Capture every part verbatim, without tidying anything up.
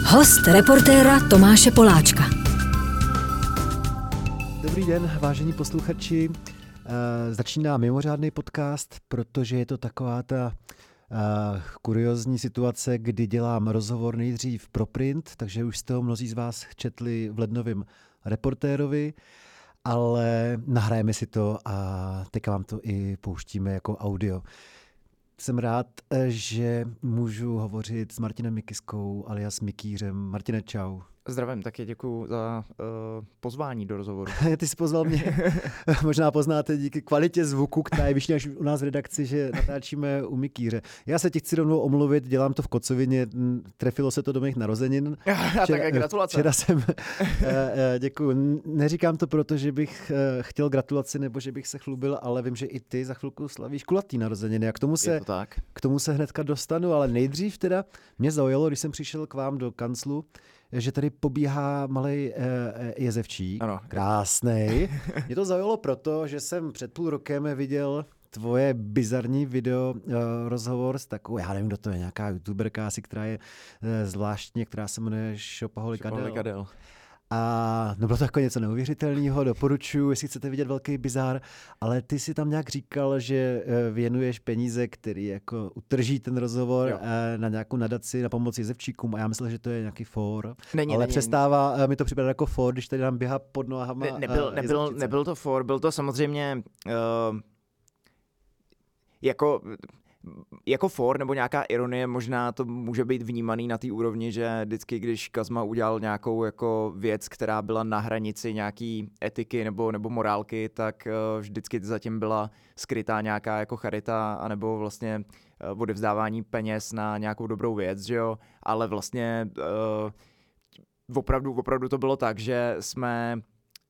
Host reportéra Tomáše Poláčka. Dobrý den, vážení posluchači. Začíná mimořádný podcast, protože je to taková ta kuriózní situace, kdy dělám rozhovor nejdřív pro print, takže už jste ho mnozí z vás četli v lednovém reportérovi, ale nahrajeme si to a teďka vám to i pouštíme jako audio. Jsem rád, že můžu hovořit s Martinem Mikiskou alias Mikýřem. Martine, čau. Zdravím, taky děkuju za uh, pozvání do rozhovoru. Ty jsi pozval mě. Možná poznáte díky kvalitě zvuku, která je vyšší až u nás v redakci, že natáčíme u Mikýře. Já se ti chci rovnou omluvit, dělám to v Kocovině, trefilo se to do mých narozenin. Včera, tak gratulace. Včera jsem, děkuju. Neříkám to proto, že bych chtěl gratulaci nebo že bych se chlubil, ale vím, že i ty za chvilku slavíš kulatý narozeniny. A k tomu se, to tak. K tomu se hnedka dostanu, ale nejdřív teda mě zaujalo, když jsem přišel k vám do kanclu, že tady pobíhá malej e, jezevčík, ano. Krásnej. Mě to zaujalo proto, že jsem před půl rokem viděl tvoje bizarní video e, rozhovor s takovou, já nevím, kdo to je, nějaká youtuberka asi, která je e, zvláštní, která se jmenuje Šopaholic Adel. A no bylo to jako něco neuvěřitelného, doporučuji, jestli chcete vidět velký bizár, ale ty si tam nějak říkal, že věnuješ peníze, který jako utrží ten rozhovor jo. na nějakou nadaci na pomoc jezevčíkům a já myslel, že to je nějaký fór, není, ale není, přestává, mi to připadá jako fór, když tady nám běhá pod nohama ne, nebyl, nebyl, nebyl to fór, byl to samozřejmě uh, jako... Jako for nebo nějaká ironie, možná to může být vnímaný na té úrovni, že vždycky, když Kazma udělal nějakou jako věc, která byla na hranici nějaký etiky nebo, nebo morálky, tak uh, vždycky zatím byla skrytá nějaká jako charita anebo vlastně uh, odevzdávání peněz na nějakou dobrou věc, že jo, ale vlastně uh, opravdu, opravdu to bylo tak, že jsme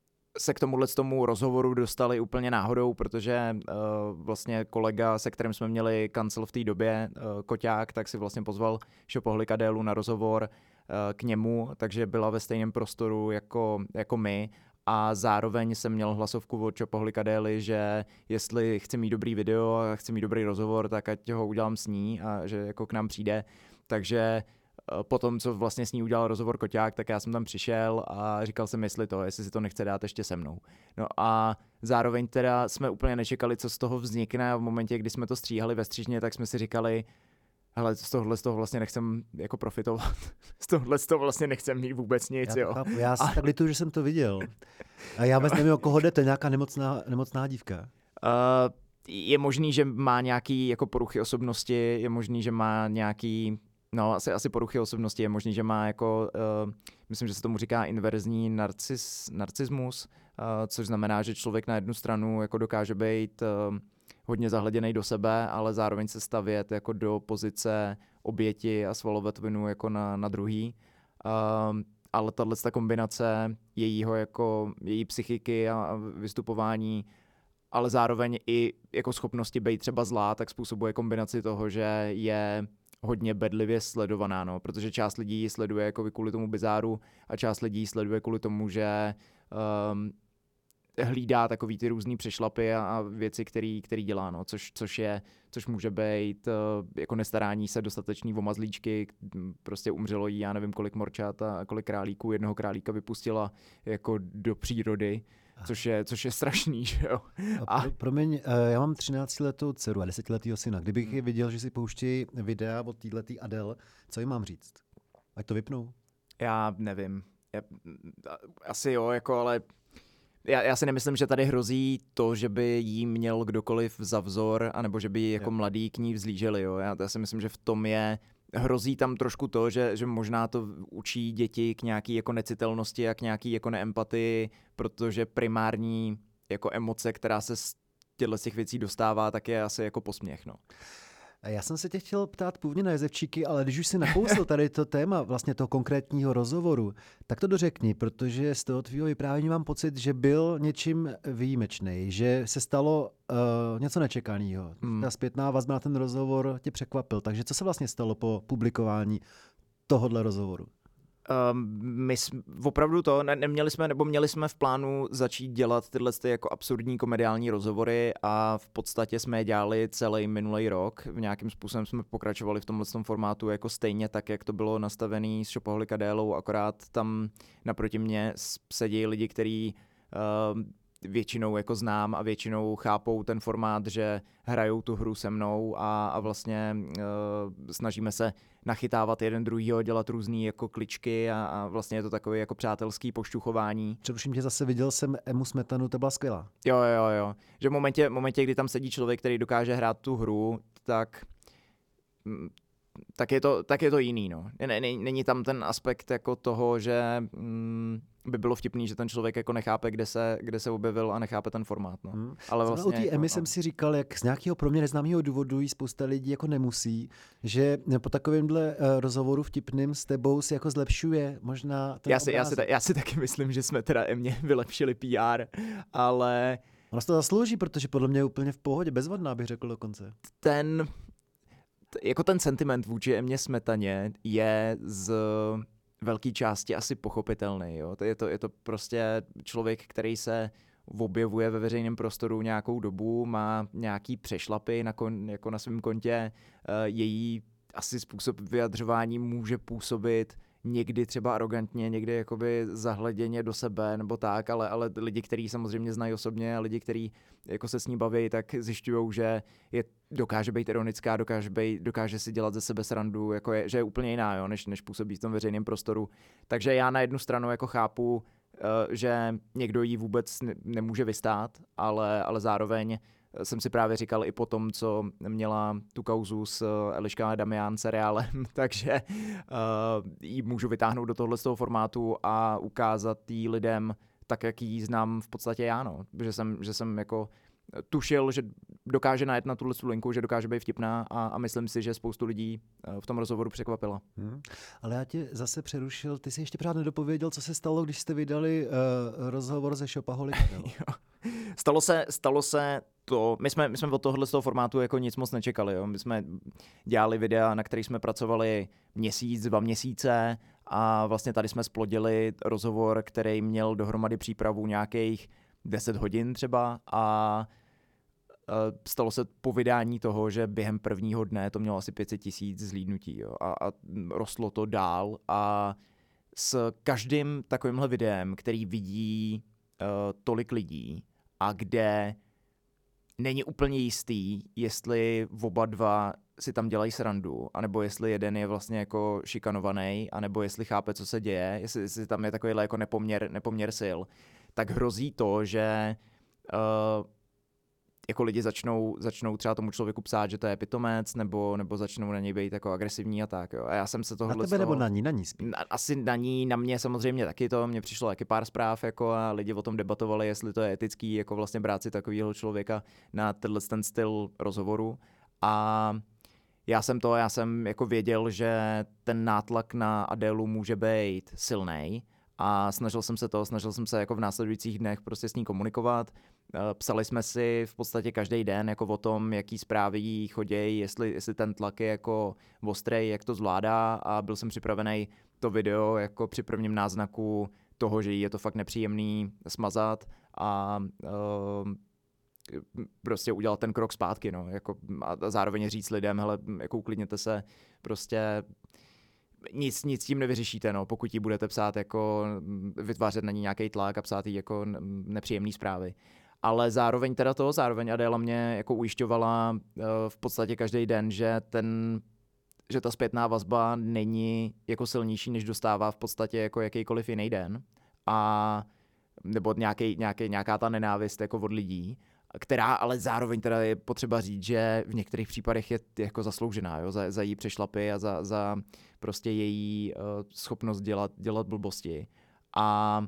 se k tomuhle tomu rozhovoru dostali úplně náhodou, protože uh, vlastně kolega, se kterým jsme měli kancel v té době, uh, Koťák, tak si vlastně pozval Šopaholic Adelu na rozhovor uh, k němu, takže byla ve stejném prostoru jako, jako my a zároveň jsem měl hlasovku od Šopaholic Adely, že jestli chci mít dobrý video a chci mít dobrý rozhovor, tak ať ho udělám s ní a že jako k nám přijde, takže potom, co vlastně s ní udělal rozhovor Koťák, tak já jsem tam přišel a říkal jsem, jestli to, jestli si to nechce dát ještě se mnou. No a zároveň teda jsme úplně nečekali, co z toho vznikne a v momentě, kdy jsme to stříhali ve střížně, tak jsme si říkali, hele, z tohohle z toho vlastně nechcem jako profitovat. Z tohohle z toho vlastně nechcem mít vůbec nic, já jo. Chápu. Já si a... tak lituju, že jsem to viděl. A já vůbec nevím, o koho jde, to je nějaká nemocná, nemocná dívka. Uh, je možný, že má nějaký jako poruchy osobnosti, je možný, že má nějaký No, asi, asi poruchy osobnosti, je možný, že má jako, uh, myslím, že se tomu říká inverzní narcis, narcismus, uh, což znamená, že člověk na jednu stranu jako dokáže být uh, hodně zahleděnej do sebe, ale zároveň se stavět jako do pozice oběti a svalovat vinu jako na, na druhý. Uh, ale tato kombinace jejího jako, její psychiky a vystupování, ale zároveň i jako schopnosti být třeba zlá, tak způsobuje kombinaci toho, že je hodně bedlivě sledovaná, no, protože část lidí ji sleduje jako kvůli tomu bizáru a část lidí ji sleduje kvůli tomu, že um, hlídá takový ty různý přešlapy a, a věci, který, který dělá, no, což, což je, což může být uh, jako nestarání se dostatečný o mazlíčky, prostě umřelo jí, já nevím kolik morčat a kolik králíků, jednoho králíka vypustila jako do přírody. Což je, což je strašný, že jo. A... Promiň, já mám třináctiletou dceru a desetiletýho syna. Kdybych je viděl, že si pouští videa od téhletý Adele, co jim mám říct? Ať to vypnou? Já nevím. Já, asi jo, jako, ale já, já si nemyslím, že tady hrozí to, že by jí měl kdokoliv za vzor, anebo že by jí jako jo. mladí k ní vzlíželi, jo. Já, já si myslím, že v tom je hrozí tam trošku to, že, že možná to učí děti k nějaký jako necitelnosti a k nějaký jako neempatii, protože primární jako emoce, která se z těchto těch věcí dostává, tak je asi jako posměch, no. Já jsem se tě chtěl ptát původně na jezevčíky, ale když už si nakousl tady to téma vlastně toho konkrétního rozhovoru, tak to dořekni, protože z toho tvýho vyprávění mám pocit, že byl něčím výjimečný, že se stalo uh, něco nečekaného. Hmm. Ta zpětná vazba na ten rozhovor tě překvapil. Takže co se vlastně stalo po publikování tohohle rozhovoru? Um, my jsme, opravdu to, ne, neměli jsme, nebo měli jsme v plánu začít dělat tyhle ty jako absurdní komediální rozhovory a v podstatě jsme je dělali celý minulý rok. V nějakým způsobem jsme pokračovali v tomhle formátu jako stejně tak, jak to bylo nastavený s Shopaholic Adélou, akorát tam naproti mě sedí lidi, kteří uh, většinou jako znám a většinou chápou ten formát, že hrajou tu hru se mnou a, a vlastně uh, snažíme se nachytávat jeden druhýho, dělat různý jako kličky a, a vlastně je to takový jako přátelský pošťuchování. Přeruším tě, zase viděl jsem Emu Smetanu, to byla skvělá. Jo, jo, jo. Že v momentě, v momentě, kdy tam sedí člověk, který dokáže hrát tu hru, tak tak je to, tak je to jiný, no. Není tam ten aspekt jako toho, že mm, by bylo vtipný, že ten člověk jako nechápe, kde se, kde se objevil a nechápe ten formát, no. Hmm. Ale vlastně o té Emy jsem si říkal, jak z nějakého pro mě neznámého důvodu jí spousta lidí jako nemusí, že po takovémhle uh, rozhovoru vtipným s tebou si jako zlepšuje možná ten já si, já, si, já si taky myslím, že jsme teda Emě vylepšili P R, ale... Ona se to zaslouží, protože podle mě je úplně v pohodě, bezvadná bych řekl dokonce. Ten... Jako ten sentiment vůči Emě Smetaně je z velké části asi pochopitelný. Jo? To je, to, je to prostě člověk, který se objevuje ve veřejném prostoru nějakou dobu, má nějaký přešlapy na, kon, jako na svém kontě, její asi způsob vyjadřování může působit někdy třeba arrogantně, někdy jakoby zahleděně do sebe nebo tak, ale, ale lidi, kteří samozřejmě znají osobně a lidi, kteří jako se s ní baví, tak zjišťují, že je, dokáže být ironická, dokáže, být, dokáže si dělat ze sebe srandu, jako je, že je úplně jiná, jo, než, než působí v tom veřejném prostoru. Takže já na jednu stranu jako chápu, uh, že někdo jí vůbec ne, nemůže vystát, ale, ale zároveň jsem si právě říkal i po tom, co měla tu kauzu s Eliška Damian seriálem, takže uh, ji můžu vytáhnout do tohle z toho formátu a ukázat jí lidem tak, jak ji znám v podstatě já, no. Že jsem, že jsem jako tušil, že dokáže najet na tuhle linku, že dokáže být vtipná a, a myslím si, že spoustu lidí v tom rozhovoru překvapila. Hmm. Ale já tě zase přerušil, ty jsi ještě pořád nedopověděl, co se stalo, když jste vydali uh, rozhovor ze Shopaholic. Stalo se, stalo se to, my jsme, my jsme od tohohle z toho formátu jako nic moc nečekali, jo. My jsme dělali videa, na kterých jsme pracovali měsíc, dva měsíce a vlastně tady jsme splodili rozhovor, který měl dohromady přípravu nějakých deset hodin třeba a stalo se po vydání toho, že během prvního dne to mělo asi pět set tisíc zhlídnutí, jo. A, a rostlo to dál a s každým takovýmhle videem, který vidí uh, tolik lidí a kde není úplně jistý, jestli oba dva si tam dělají srandu, anebo jestli jeden je vlastně jako šikanovaný, anebo jestli chápe, co se děje, jestli, jestli tam je takovýhle jako nepoměr, nepoměr sil, tak hrozí to, že uh, jako lidi začnou, začnou třeba tomu člověku psát, že to je pitomec, nebo, nebo začnou na něj být jako agresivní a tak. Jo. A já jsem se tohle... Na tebe toho, nebo na ní? Na ní spíš? Na, asi na ní, na mě samozřejmě taky to. Mně přišlo taky pár zpráv jako a lidi o tom debatovali, jestli to je etický, jako vlastně brát si takovýhle člověka na tenhle ten styl rozhovoru. A já jsem to, já jsem jako věděl, že ten nátlak na Adélu může být silnej. A snažil jsem se to, snažil jsem se jako v následujících dnech prostě s ní komunikovat. Psali jsme si v podstatě každý den jako o tom, jaký zprávy jí chodějí, jestli, jestli ten tlak je jako ostrej, jak to zvládá a byl jsem připravený to video jako při prvním náznaku toho, že jí je to fakt nepříjemný smazat a uh, prostě udělat ten krok zpátky, no, jako a zároveň říct lidem, hele, jako uklidněte se, prostě Nic, nic tím nevyřešíte, no, pokud jí budete psát jako, vytvářet na ní nějaký tlak a psát jí jako nepříjemné zprávy. Ale zároveň teda to, zároveň Adéla mě jako ujišťovala uh, v podstatě každý den, že ten, že ta zpětná vazba není jako silnější, než dostává v podstatě jako jakýkoliv jiný den. A nebo nějaký, nějaký, nějaká ta nenávist jako od lidí, která ale zároveň teda je potřeba říct, že v některých případech je jako zasloužená, jo, za, za její přešlapy a za, za prostě její uh, schopnost dělat, dělat blbosti. A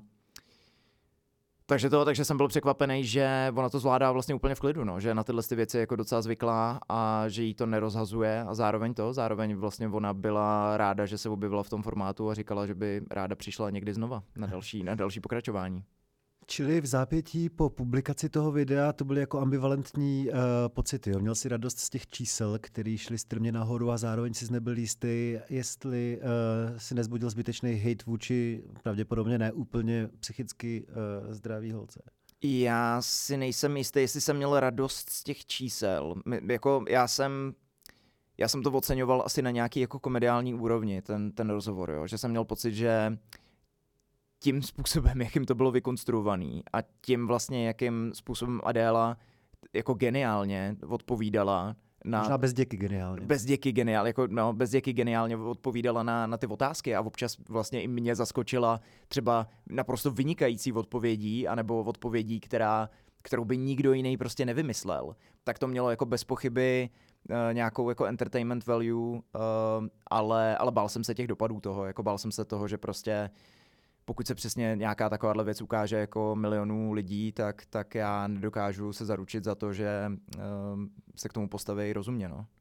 takže to, takže jsem byl překvapený, že ona to zvládá vlastně úplně v klidu, no, že na tyhle ty věci je jako docela zvyklá a že jí to nerozhazuje a zároveň to, zároveň vlastně ona byla ráda, že se objevila v tom formátu a říkala, že by ráda přišla někdy znova na další, na další pokračování. Čili v zápětí po publikaci toho videa to byly jako ambivalentní uh, pocity. Jo? Měl jsi radost z těch čísel, které šly strmě nahoru a zároveň jsi nebyl jistý, jestli uh, si nezbudil zbytečný hate vůči pravděpodobně ne úplně psychicky uh, zdravý holce. Já si nejsem jistý, jestli jsem měl radost z těch čísel. My, jako já jsem... Já jsem to oceňoval asi na nějaký jako komediální úrovni, ten, ten rozhovor, jo? Že jsem měl pocit, že tím způsobem, jakým to bylo vykonstruovaný a tím vlastně, jakým způsobem Adéla jako geniálně odpovídala na... Možná bez děky geniálně. Bez děky geniálně, jako no, bez děky geniálně odpovídala na, na ty otázky a občas vlastně i mě zaskočila třeba naprosto vynikající odpovědí, anebo odpovědí, která, kterou by nikdo jiný prostě nevymyslel. Tak to mělo jako bez pochyby Uh, nějakou jako entertainment value, uh, ale, ale bál jsem se těch dopadů toho, jako bál jsem se toho, že prostě pokud se přesně nějaká takováhle věc ukáže jako milionů lidí, tak, tak já nedokážu se zaručit za to, že uh, se k tomu postaví rozumně, no.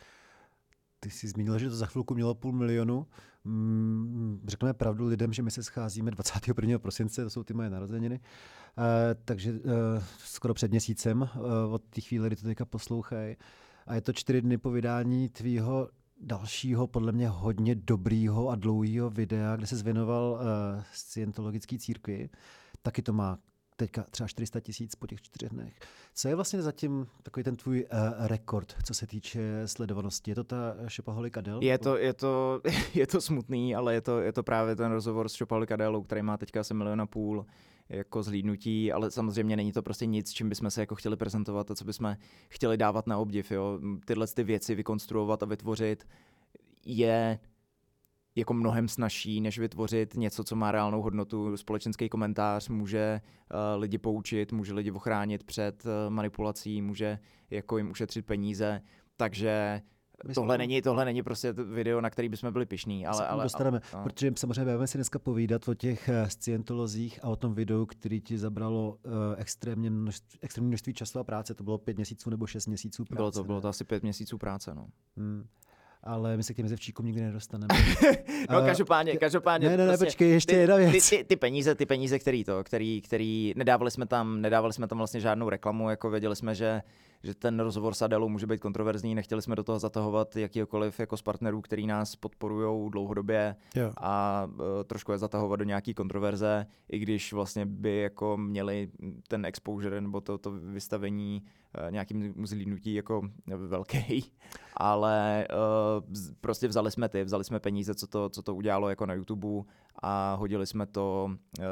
Ty jsi zmínil, že to za chvilku mělo půl milionu. Mm, řekneme pravdu lidem, že my se scházíme dvacátého prvního prosince, to jsou ty moje narozeniny, uh, takže uh, skoro před měsícem uh, od té chvíle, kdy to teďka poslouchají. A je to čtyři dny po vydání tvýho dalšího, podle mě hodně dobrýho a dlouhého videa, kde se zvěnoval uh, scientologické církvi. Taky to má teďka třeba čtyři sta tisíc po těch čtyřech dnech. Co je vlastně zatím takový ten tvůj uh, rekord, co se týče sledovanosti? Je to ta Shopaholic Adele? Je to, je to, je to smutný, ale je to, je to právě ten rozhovor s Shopaholic Adelou, který má teďka asi milion a půl jako zhlídnutí, ale samozřejmě není to prostě nic, čím bychom se jako chtěli prezentovat a co bychom chtěli dávat na obdiv. Jo? Tyhle ty věci vykonstruovat a vytvořit je jako mnohem snazší, než vytvořit něco, co má reálnou hodnotu. Společenský komentář může uh, lidi poučit, může lidi ochránit před uh, manipulací, může jako jim ušetřit peníze, takže Tohle není, tohle není prostě video, na který bychom byli pyšní, ale... ale dostaneme, ale, protože samozřejmě budeme si dneska povídat o těch scientolozích a o tom videu, který ti zabralo uh, extrémně množství, extrémně množství času a práce. To bylo pět měsíců nebo šest měsíců práce. Bylo to, bylo to asi pět měsíců práce, no. Hmm. Ale my se k těm jezevčíkům nikdy nedostaneme. no každopádně, každopádně. Ne, ne, ne, prostě počkej, ještě ty, jedna věc. Ty, ty, ty peníze, ty peníze, který to, který, který, nedávali jsme tam, nedávali jsme tam vlastně žádnou reklamu, jako věděli jsme, že, že ten rozhovor s Adelou může být kontroverzní, nechtěli jsme do toho zatahovat jakýkoliv jako z partnerů, který nás podporujou dlouhodobě jo. a uh, trošku je zatahovat do nějaký kontroverze, i když vlastně by jako měli ten exposure nebo to, to vystavení uh, nějakým zhlídnutí jako velký, ale uh, prostě vzali jsme ty, vzali jsme peníze, co to, co to udělalo jako na YouTube a hodili jsme to uh,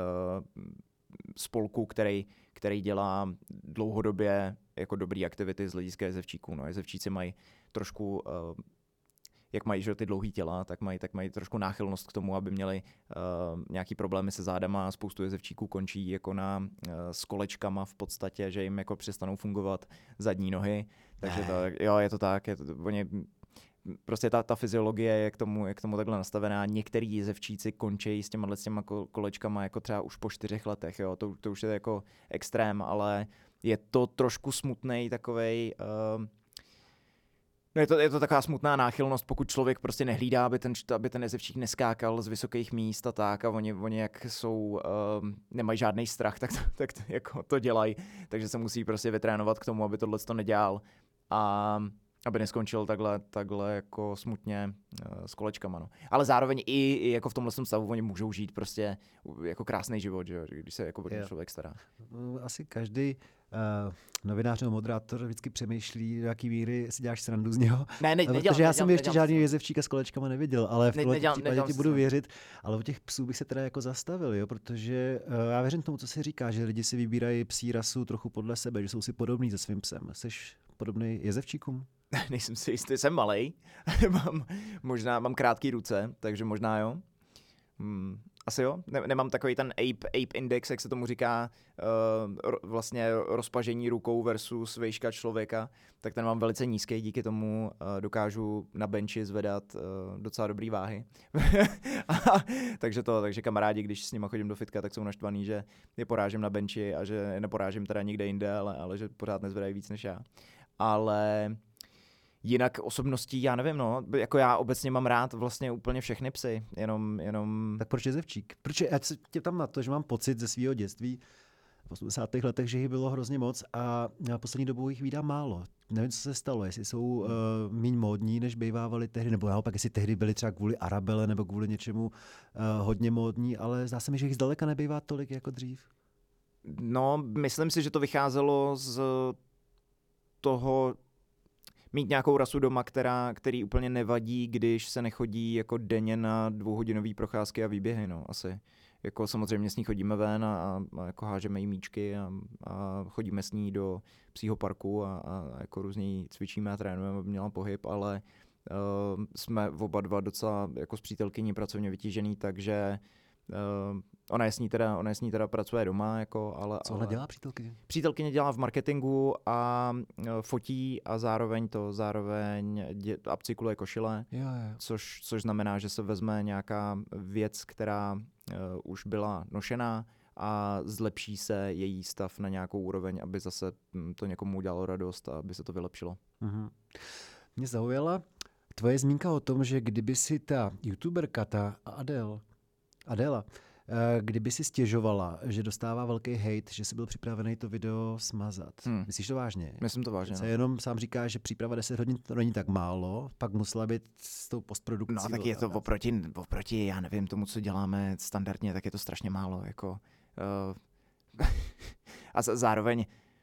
spolku, který, který dělá dlouhodobě jako dobrý aktivity z hlediska jezevčíků. No, jezevčíci mají trošku, uh, jak mají že, ty dlouhý těla, tak mají, tak mají trošku náchylnost k tomu, aby měli uh, nějaký problémy se zádama. Spoustu jezevčíků končí jako na, uh, s kolečkama v podstatě, že jim jako přestanou fungovat zadní nohy. Takže to, jo, je to tak. Je to, oni, prostě ta, ta fyziologie je k tomu, je k tomu takhle nastavená. Některý jezevčíci končí s těma, s těma kolečkama jako třeba už po čtyřech letech. Jo. To, to už je jako extrém, ale je to trošku smutnej takovej... Uh, no je, to, je to taková smutná náchylnost, pokud člověk prostě nehlídá, aby ten, aby ten jezevčík neskákal z vysokých míst a tak a oni, oni jak jsou, uh, nemají žádný strach, tak, to, tak to, jako to dělají. Takže se musí prostě vytrénovat k tomu, aby tohle to nedělal. A aby neskončil takhle, takhle jako smutně uh, s kolečkama. No. Ale zároveň i, i jako v tomhle stavu oni můžou žít prostě jako krásný život, že jo, když se jako yeah. člověk stará. Asi každý uh, novinář nebo moderátor vždycky přemýšlí, do jaký míry si děláš srandu z něho. Ne, ne, nedělám, protože já nedělám, jsem ještě nedělám, žádný nedělám. jezevčíka s kolečkama neviděl, ale v ne, tomhle nedělám, případě nedělám ti budu věřit. Ale u těch psů bych se teda jako zastavil, jo, protože uh, já věřím tomu, co se říká, že lidi si vybírají psí rasu trochu podle sebe, že jsou si podobní se svým psem. Jseš podobný jezevčíkům? Nejsem si jistý, jsem malej, mám, možná mám krátký ruce, takže možná jo. Hmm, asi jo, ne, nemám takový ten ape, ape index, jak se tomu říká, uh, ro, vlastně rozpažení rukou versus výška člověka, tak ten mám velice nízký, díky tomu uh, dokážu na benči zvedat uh, docela dobrý váhy. takže to, takže kamarádi, když s nima chodím do fitka, tak jsou naštvaný, že je porážím na benči a že neporážím teda nikde jinde, ale, ale že pořád nezvedají víc než já. Ale... Jinak osobností, já nevím, no, jako já obecně mám rád vlastně úplně všechny psy, jenom, jenom... Tak proč jezevčík? Proč já se tě tam na to, že mám pocit ze svého dětství, v osmdesátých letech, že jich bylo hrozně moc a na poslední dobu jich vídám málo. Nevím, co se stalo, jestli jsou uh, míň módní, než bývávali tehdy, nebo naopak, jestli tehdy byli třeba kvůli Arabele nebo kvůli něčemu uh, hodně módní, ale zdá se mi, že jich zdaleka nebývá tolik jako dřív. No, myslím si, že to vycházelo z toho mít nějakou rasu doma, která, který úplně nevadí, když se nechodí jako denně na dvouhodinový procházky a výběhy, no, asi. Jako samozřejmě s ní chodíme ven a, a jako hážeme jí míčky a, a chodíme s ní do psího parku a, a jako různě cvičíme a trénujeme, aby měla pohyb, ale uh, jsme oba dva docela jako s přítelkyní pracovně vytížený, takže Uh, ona je s ní teda, ona je s ní teda pracuje doma, jako, ale... Co ona dělá přítelkyně? Přítelkyně dělá v marketingu a uh, fotí a zároveň to, zároveň dě, upcykluje košile, Jo, jo. Což, což znamená, že se vezme nějaká věc, která uh, už byla nošená a zlepší se její stav na nějakou úroveň, aby zase to někomu udělalo radost a aby se to vylepšilo. Mhm. Mě zaujala tvoje zmínka o tom, že kdyby si ta youtuberka, ta Adele, Adela, kdyby si stěžovala, že dostává velký hate, že jsi byl připravený to video smazat. Hmm. Myslíš to vážně? Myslím to vážně. Se no. Jenom sám říká, že příprava deset hodin to není tak málo, pak musela být s tou postprodukcí. No tak je to oproti, oproti, já nevím, tomu, co děláme standardně, tak je to strašně málo. Jako, uh, a zároveň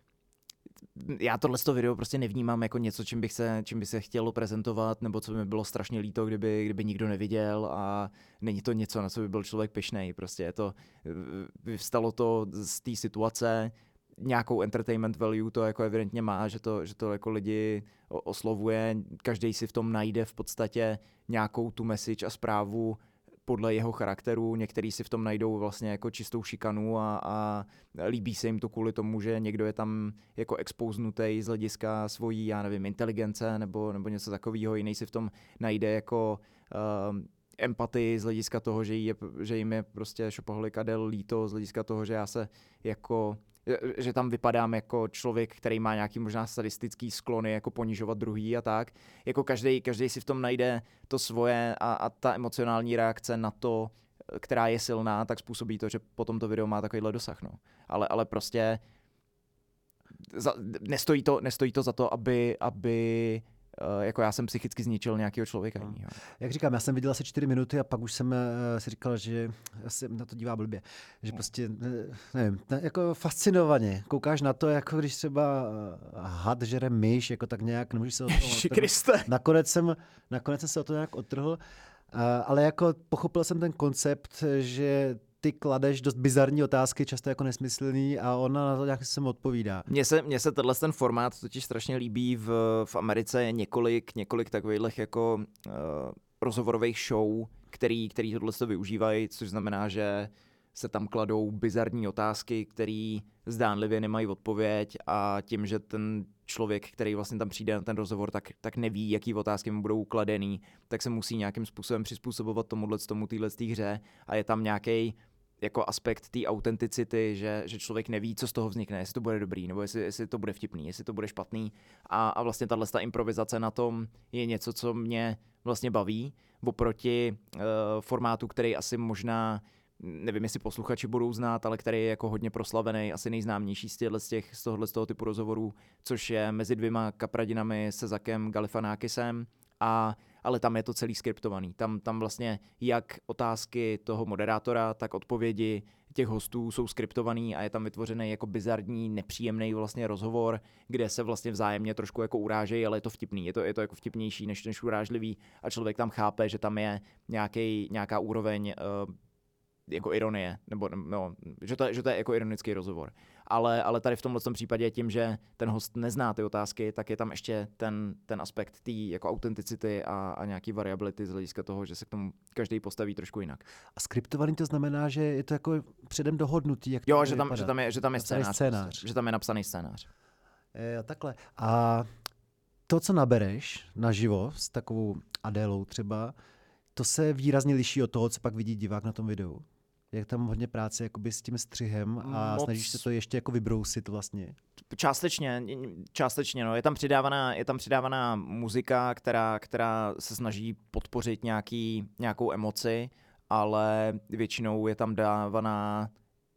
já tohle video prostě nevnímám jako něco, čím bych se, čím by se chtělo prezentovat, nebo co by mi bylo strašně líto, kdyby, kdyby nikdo neviděl a není to něco, na co by byl člověk pyšnej. Prostě je to, vyvstalo to z té situace, nějakou entertainment value to jako evidentně má, že to, že to jako lidi oslovuje, každý si v tom najde v podstatě nějakou tu message a zprávu podle jeho charakteru, některý si v tom najdou vlastně jako čistou šikanu a, a líbí se jim to kvůli tomu, že někdo je tam jako expoznutý z hlediska svojí, já nevím, inteligence nebo, nebo něco takového, jiný si v tom najde jako uh, empatii z hlediska toho, že, je, že jim je prostě šopoholik Adele líto, z hlediska toho, že já se jako že tam vypadám jako člověk, který má nějaký možná sadistický sklony, jako ponižovat druhý a tak. Jako každý, každý si v tom najde to svoje a, a ta emocionální reakce na to, která je silná, tak způsobí to, že potom to video má takovýhle dosah. No. Ale, ale prostě za, nestojí, to, nestojí to za to, aby, aby jako já jsem psychicky zničil nějakého člověka. No. Jak říkám, já jsem viděl asi čtyři minuty a pak už jsem si říkal, že se na to dívá blbě. Že prostě, nevím, jako fascinovaně. Koukáš na to, jako když třeba had žere myš, jako tak nějak, nemůžeš se o to... nakonec, jsem, nakonec jsem se o to nějak odtrhl, ale jako pochopil jsem ten koncept, že ty kladeš dost bizarní otázky, často jako nesmyslný a ona na to nějak sem odpovídá. Mně se, mně se tenhle ten formát totiž strašně líbí. V, v Americe je několik, několik takových jako uh, rozhovorových show, který, který tohle to využívají, což znamená, že se tam kladou bizarní otázky, které zdánlivě nemají odpověď a tím, že ten člověk, který vlastně tam přijde na ten rozhovor, tak, tak neví, jaký otázky mu budou kladený, tak se musí nějakým způsobem přizpůsobovat tomuhle tomu téhle hře a je tam nějaký jako aspekt té autenticity, že, že člověk neví, co z toho vznikne, jestli to bude dobrý, nebo jestli, jestli to bude vtipný, jestli to bude špatný. A, a vlastně tahle ta improvizace na tom je něco, co mě vlastně baví, oproti uh, formátu, který asi možná, nevím, jestli posluchači budou znát, ale který je jako hodně proslavený, asi nejznámější z, z, těch, z tohohle z toho typu rozhovorů, což je Mezi dvěma kapradinami se Zakem Galifianakisem, a ale tam je to celý skriptovaný. Tam, tam vlastně jak otázky toho moderátora, tak odpovědi těch hostů jsou skriptovaný a je tam vytvořený jako bizarní, nepříjemný vlastně rozhovor, kde se vlastně vzájemně trošku jako urážejí, ale je to vtipný. Je to, je to jako vtipnější než, než urážlivý a člověk tam chápe, že tam je nějaký, nějaká úroveň uh, jako ironie, nebo no, že, to, že to je jako ironický rozhovor. Ale, ale tady v tomhle případě tím, že ten host nezná ty otázky, tak je tam ještě ten, ten aspekt té jako autenticity a, a nějaký variability z hlediska toho, že se k tomu každý postaví trošku jinak. A skriptovaný to znamená, že je to jako předem dohodnutý, jak to Jo, že tam, že tam je, že tam je scénář, scénář. Že tam je napsaný scénář. Jo, takhle. A to, co nabereš naživo s takovou Adélou třeba, to se výrazně liší od toho, co pak vidí divák na tom videu. Je tam hodně práce jakoby s tím střihem a Moc... snažíš se to ještě jako vybrousit vlastně. Částečně, částečně, no. Je tam přidávaná, je tam přidávaná muzika, která, která se snaží podpořit nějaký, nějakou emoci, ale většinou je tam dávaná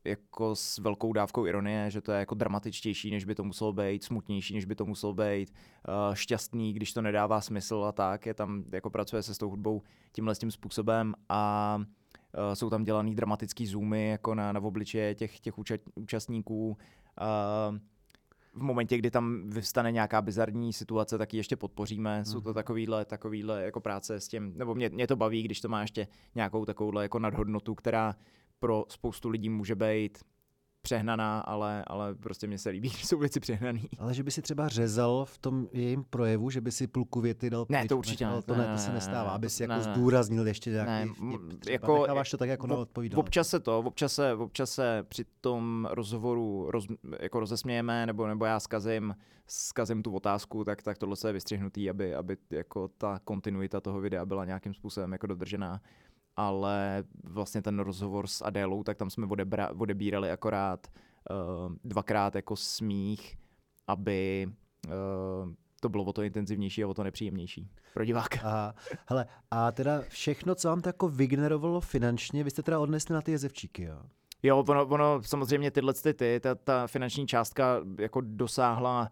jako s velkou dávkou ironie, že to je jako dramatičtější, než by to muselo být, smutnější, než by to muselo být, uh, šťastný, když to nedává smysl a tak. Je tam, jako pracuje se s tou hudbou tímhle s tím způsobem a uh, jsou tam dělaný dramatický zoomy jako na, na obličeje těch, těch úča- účastníků. Uh, v momentě, kdy tam vyvstane nějaká bizarní situace, tak ji ještě podpoříme. Mm. Jsou to takovýhle, takovýhle jako práce s tím, nebo mě, mě to baví, když to má ještě nějakou takovouhle jako nadhodnotu, která pro spoustu lidí může být přehnaná, ale, ale prostě mě se líbí, když jsou věci přehnaný. Ale že by si třeba řezal v tom jejím projevu, že by si půlku věty dal Ne, pryč, to určitě ne. To, ne, to se nestává, aby si jako ne, zdůraznil ještě nějaký ne, vtip. Jako, necháváš to tak, jako neodpovídal. Občas se to, občas se, občas se při tom rozhovoru roz, jako rozesmějeme, nebo, nebo já zkazím, zkazím tu otázku, tak, tak tohle se je vystřihnutý, aby, aby jako ta kontinuita toho videa byla nějakým způsobem jako dodržená. Ale vlastně ten rozhovor s Adélou, tak tam jsme odebra, odebírali akorát uh, dvakrát jako smích, aby uh, to bylo o to intenzivnější a o to nepříjemnější pro diváka. Aha. Hele, a teda všechno, co vám to jako vygenerovalo finančně, vy jste teda odnesli na ty jezevčíky, jo? Jo, ono, ono samozřejmě tyhle ty, ty ta, ta finanční částka jako dosáhla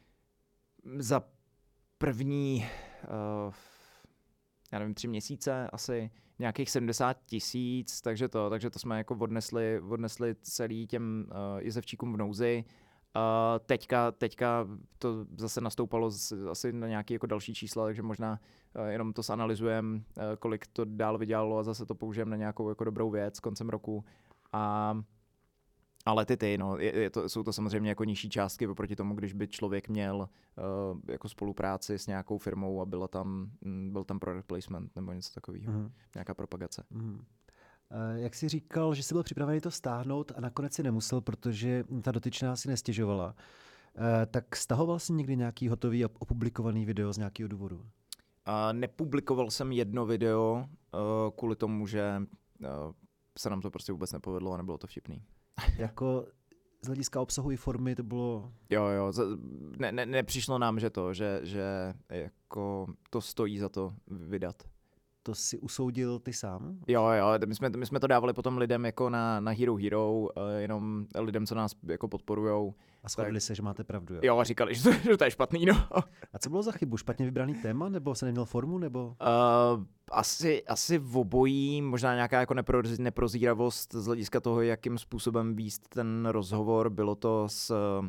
za první, uh, já nevím, tři měsíce asi nějakých sedmdesát tisíc, takže to, takže to jsme jako odnesli, odnesli celý těm uh, jezevčíkům v nouzi. Uh, teďka, teďka to zase nastoupalo z, asi na nějaké jako další čísla, takže možná uh, jenom to zanalyzujeme, uh, kolik to dál vydělalo a zase to použijeme na nějakou jako dobrou věc koncem roku. A ale ty ty, no, je, je to, jsou to samozřejmě jako nižší částky oproti tomu, když by člověk měl uh, jako spolupráci s nějakou firmou a byla tam, m, byl tam product placement nebo něco takového, mm. nějaká propagace. Mm. Uh, jak jsi říkal, že jsi byl připravený to stáhnout a nakonec si nemusel, protože ta dotyčná si nestěžovala, uh, tak stahoval jsi někdy nějaký hotový a opublikovaný video z nějakého důvodu? Uh, nepublikoval jsem jedno video uh, kvůli tomu, že uh, se nám to prostě vůbec nepovedlo a nebylo to vtipný. Jako z hlediska obsahu i formy to bylo... Jo, jo, ne, ne, nepřišlo nám, že to, že, že jako to stojí za to vydat. To si usoudil ty sám? Jo, jo, my jsme, my jsme to dávali potom lidem jako na, na Hero Hero, jenom lidem, co nás jako podporujou. A shodli tak se, že máte pravdu, jo? Jo, a říkali, že to, že to je špatný, no. A co bylo za chybu? Špatně vybraný téma, nebo se neměl formu, nebo? Uh, asi, asi v obojí, možná nějaká jako nepro, neprozíravost z hlediska toho, jakým způsobem víst ten rozhovor. Bylo to s uh,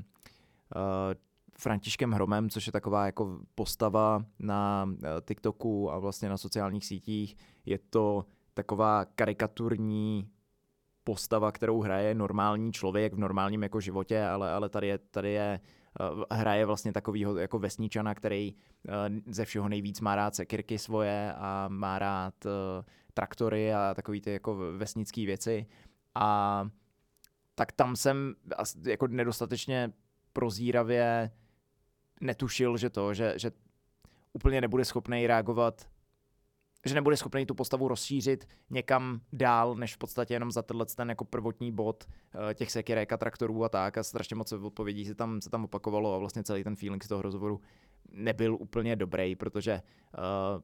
Františkem Hromem, což je taková jako postava na TikToku a vlastně na sociálních sítích. Je to taková karikaturní postava, kterou hraje normální člověk v normálním jako životě, ale, ale tady je, tady je uh, hraje vlastně takovýho jako vesničana, který uh, ze všeho nejvíc má rád sekyrky svoje a má rád uh, traktory a takový ty jako vesnický věci. A tak tam jsem jako nedostatečně prozíravě netušil, že to, že, že úplně nebude schopný reagovat, že nebude schopný tu postavu rozšířit někam dál, než v podstatě jenom za tenhle ten jako prvotní bod uh, těch sekyrek a traktorů a tak a strašně moc odpovědí se tam, se tam opakovalo a vlastně celý ten feeling z toho rozhovoru nebyl úplně dobrý, protože uh,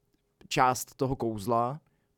část toho kouzla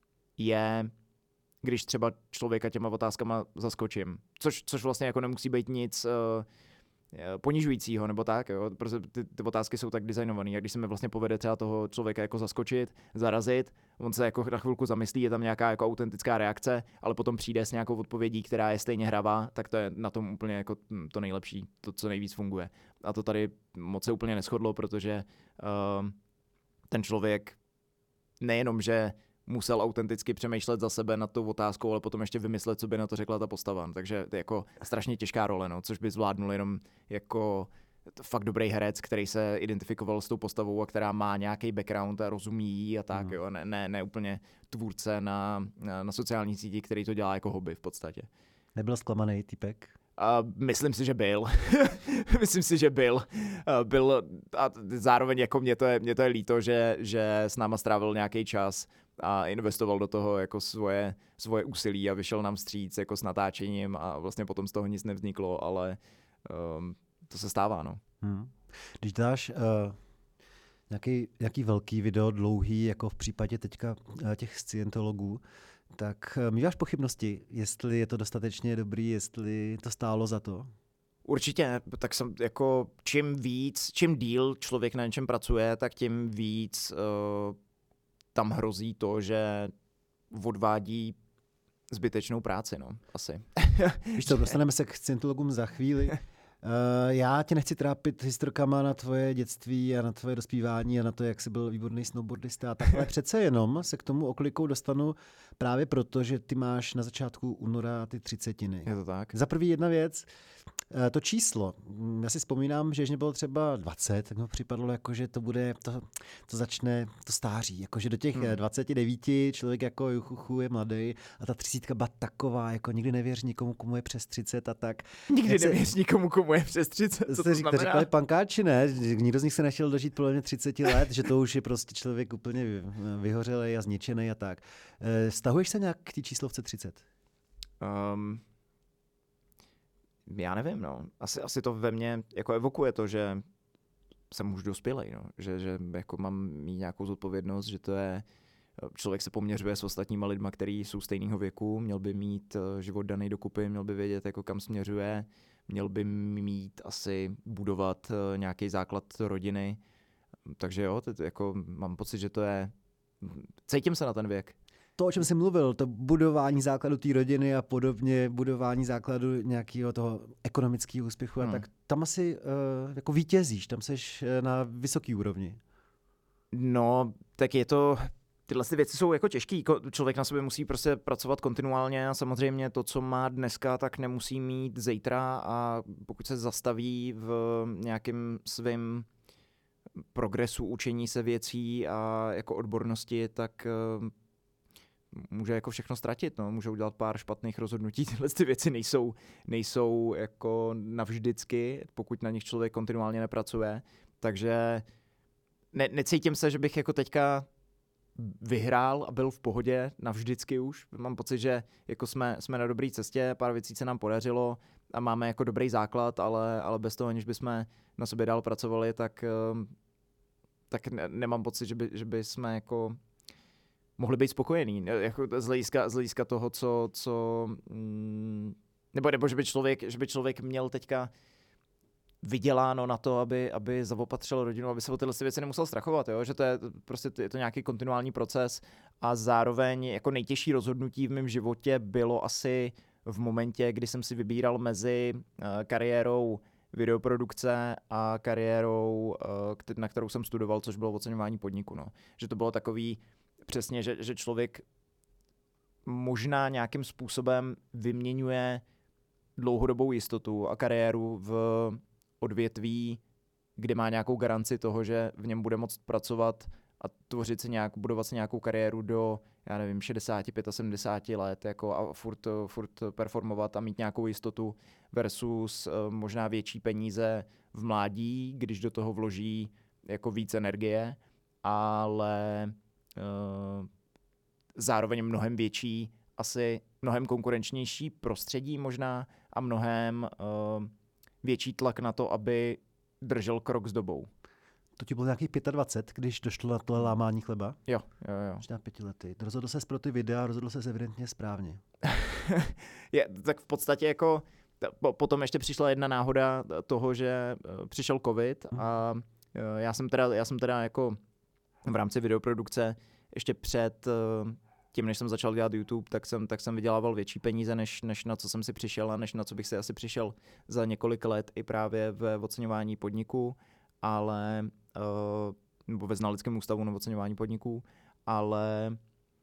je, když třeba člověka těma otázkama zaskočím, což, což vlastně jako nemusí být nic uh, ponižujícího, nebo tak, jo, protože ty, ty otázky jsou tak designované, jak když se mi vlastně povede třeba toho člověka jako zaskočit, zarazit, on se jako na chvilku zamyslí, je tam nějaká jako autentická reakce, ale potom přijde s nějakou odpovědí, která je stejně hravá, tak to je na tom úplně jako to nejlepší, to, co nejvíc funguje. A to tady moc se úplně neshodlo, protože uh, ten člověk nejenom, že musel autenticky přemýšlet za sebe nad tou otázkou, ale potom ještě vymyslet, co by na to řekla ta postava. Takže to je jako strašně těžká role, no, což by zvládnul jenom jako fakt dobrý herec, který se identifikoval s tou postavou a která má nějaký background a rozumí jí a tak, mm. jo, ne, ne, ne úplně tvůrce na, na, na sociální síti, který to dělá jako hobby v podstatě. Nebyl zklamaný typek? Uh, myslím si, že byl. myslím si, že byl. Uh, byl a zároveň jako mě to je, mě to je líto, že, že s náma strávil nějaký čas a investoval do toho jako svoje, svoje úsilí a vyšel nám vstříc jako s natáčením a vlastně potom z toho nic nevzniklo, ale um, to se stává, no. Hmm. Když dáš uh, nějaký, nějaký velký video, dlouhý, jako v případě teďka uh, těch scientologů, tak míváš pochybnosti, jestli je to dostatečně dobrý, jestli to stálo za to? Určitě, tak jsem jako čím víc, čím díl člověk na něčem pracuje, tak tím víc uh, tam hrozí to, že odvádí zbytečnou práci, no, asi. Víš co, dostaneme se k scientologům za chvíli. Uh, já tě nechci trápit historkama na tvoje dětství a na tvoje dospívání a na to, jak jsi byl výborný snowboardista a tak, ale přece jenom se k tomu oklikou dostanu právě proto, že ty máš na začátku února ty třicetiny. Je to tak? Za první jedna věc, to číslo. Já si vzpomínám, že když mě bylo třeba dvacet, tak mi připadlo, jako, že to bude, to, to začne to stáří. Jako, že do těch hmm. dvacet devět člověk jako juchuchu je mladý a ta třicítka byla taková, jako nikdy nevěř nikomu, komu je přes třicet a tak. Nikdy se, nevěř nikomu, komu je přes třicet, co to, to znamená? To říkali pankáči, ne? Nikdo z nich se nechtěl dožít podle mě třicet let, že to už je prostě člověk úplně vyhořelej a zničený a tak. Stahuješ se nějak k té číslovce třicet? Um... Já nevím, no. Asi, asi to ve mně jako evokuje to, že jsem už dospělej, no. Že, že jako mám mít nějakou zodpovědnost, že to je, člověk se poměřuje s ostatníma lidma, kteří jsou stejného věku, měl by mít život daný dokupy, měl by vědět, jako kam směřuje, měl by mít asi budovat nějaký základ rodiny. Takže jo, to, jako mám pocit, že to je, cítím se na ten věk. To, o čem jsi mluvil, to budování základu té rodiny a podobně, budování základu nějakého toho ekonomického úspěchu, hmm. a tak tam asi uh, jako vítězíš, tam seš na vysoký úrovni. No, tak je to, tyhle ty věci jsou jako těžký, člověk na sobě musí prostě pracovat kontinuálně a samozřejmě to, co má dneska, tak nemusí mít zítra a pokud se zastaví v nějakém svém progresu učení se věcí a jako odbornosti, tak uh, může jako všechno ztratit, no. Může udělat pár špatných rozhodnutí, tyhle ty věci nejsou, nejsou jako navždycky, pokud na nich člověk kontinuálně nepracuje, takže ne, necítím se, že bych jako teďka vyhrál a byl v pohodě navždycky už. Mám pocit, že jako jsme, jsme na dobré cestě, pár věcí se nám podařilo a máme jako dobrý základ, ale, ale bez toho, aniž bychom na sobě dál pracovali, tak, tak ne, nemám pocit, že by, že by jsme jako mohli být spokojení, jako z hlediska, z hlediska toho, co, co mm, nebo, nebo že by člověk, že by člověk měl teďka vyděláno na to, aby, aby zaopatřil rodinu, aby se o tyhle věci nemusel strachovat, jo? Že to je prostě je to nějaký kontinuální proces a zároveň jako nejtěžší rozhodnutí v mém životě bylo asi v momentě, kdy jsem si vybíral mezi uh, kariérou videoprodukce a kariérou, uh, na kterou jsem studoval, což bylo oceňování podniku. No. Že to bylo takový přesně, že, že člověk možná nějakým způsobem vyměňuje dlouhodobou jistotu a kariéru v odvětví, kde má nějakou garanci toho, že v něm bude moct pracovat a tvořit si nějak, budovat si nějakou kariéru do, já nevím, šedesát, sedmdesát pět let jako a furt, furt performovat a mít nějakou jistotu versus uh, možná větší peníze v mládí, když do toho vloží jako víc energie, ale uh, zároveň mnohem větší, asi mnohem konkurenčnější prostředí možná a mnohem uh, větší tlak na to, aby držel krok s dobou. To ti bylo nějakých dvacet pět, když došlo na tohle lámání chleba? Jo, jo, jo. Možná pěti lety. Rozhodl ses pro ty videa, rozhodl ses evidentně správně. Je, tak v podstatě jako potom ještě přišla jedna náhoda toho, že přišel covid a já jsem teda, já jsem teda jako v rámci videoprodukce ještě před tím, než jsem začal dělat YouTube, tak jsem, tak jsem vydělával větší peníze, než, než na co jsem si přišel a než na co bych si asi přišel za několik let i právě ve oceňování podniků, ale uh, nebo ve znaleckém ústavu na oceňování podniků, ale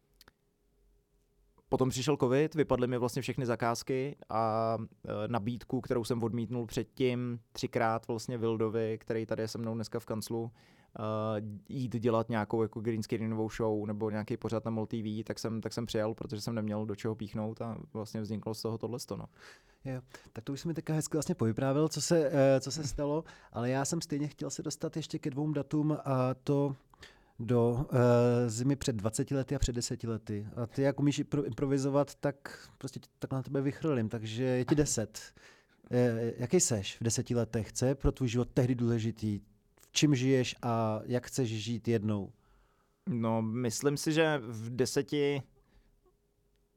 potom přišel covid, vypadly mi vlastně všechny zakázky a uh, nabídku, kterou jsem odmítnul předtím třikrát vlastně Wildovi, který tady je se mnou dneska v kanclu, Uh, jít dělat nějakou jako green screenovou show nebo nějaký pořad na MOL T V, tak jsem, tak jsem přijel, protože jsem neměl do čeho píchnout a vlastně vzniklo z toho tohleto. No. Jo, tak to už jsi mi teďka hezky vlastně povyprávěl, co se, co se stalo, ale já jsem stejně chtěl se dostat ještě ke dvou datům a to do uh, zimy před dvaceti lety a před deseti lety. A ty jak umíš improvizovat, tak prostě tak na tebe vychrlím, takže je ti deset. Uh, jaký seš v deseti letech? Co je pro tvůj život tehdy důležitý? Čím žiješ a jak chceš žít jednou? No, myslím si, že v deseti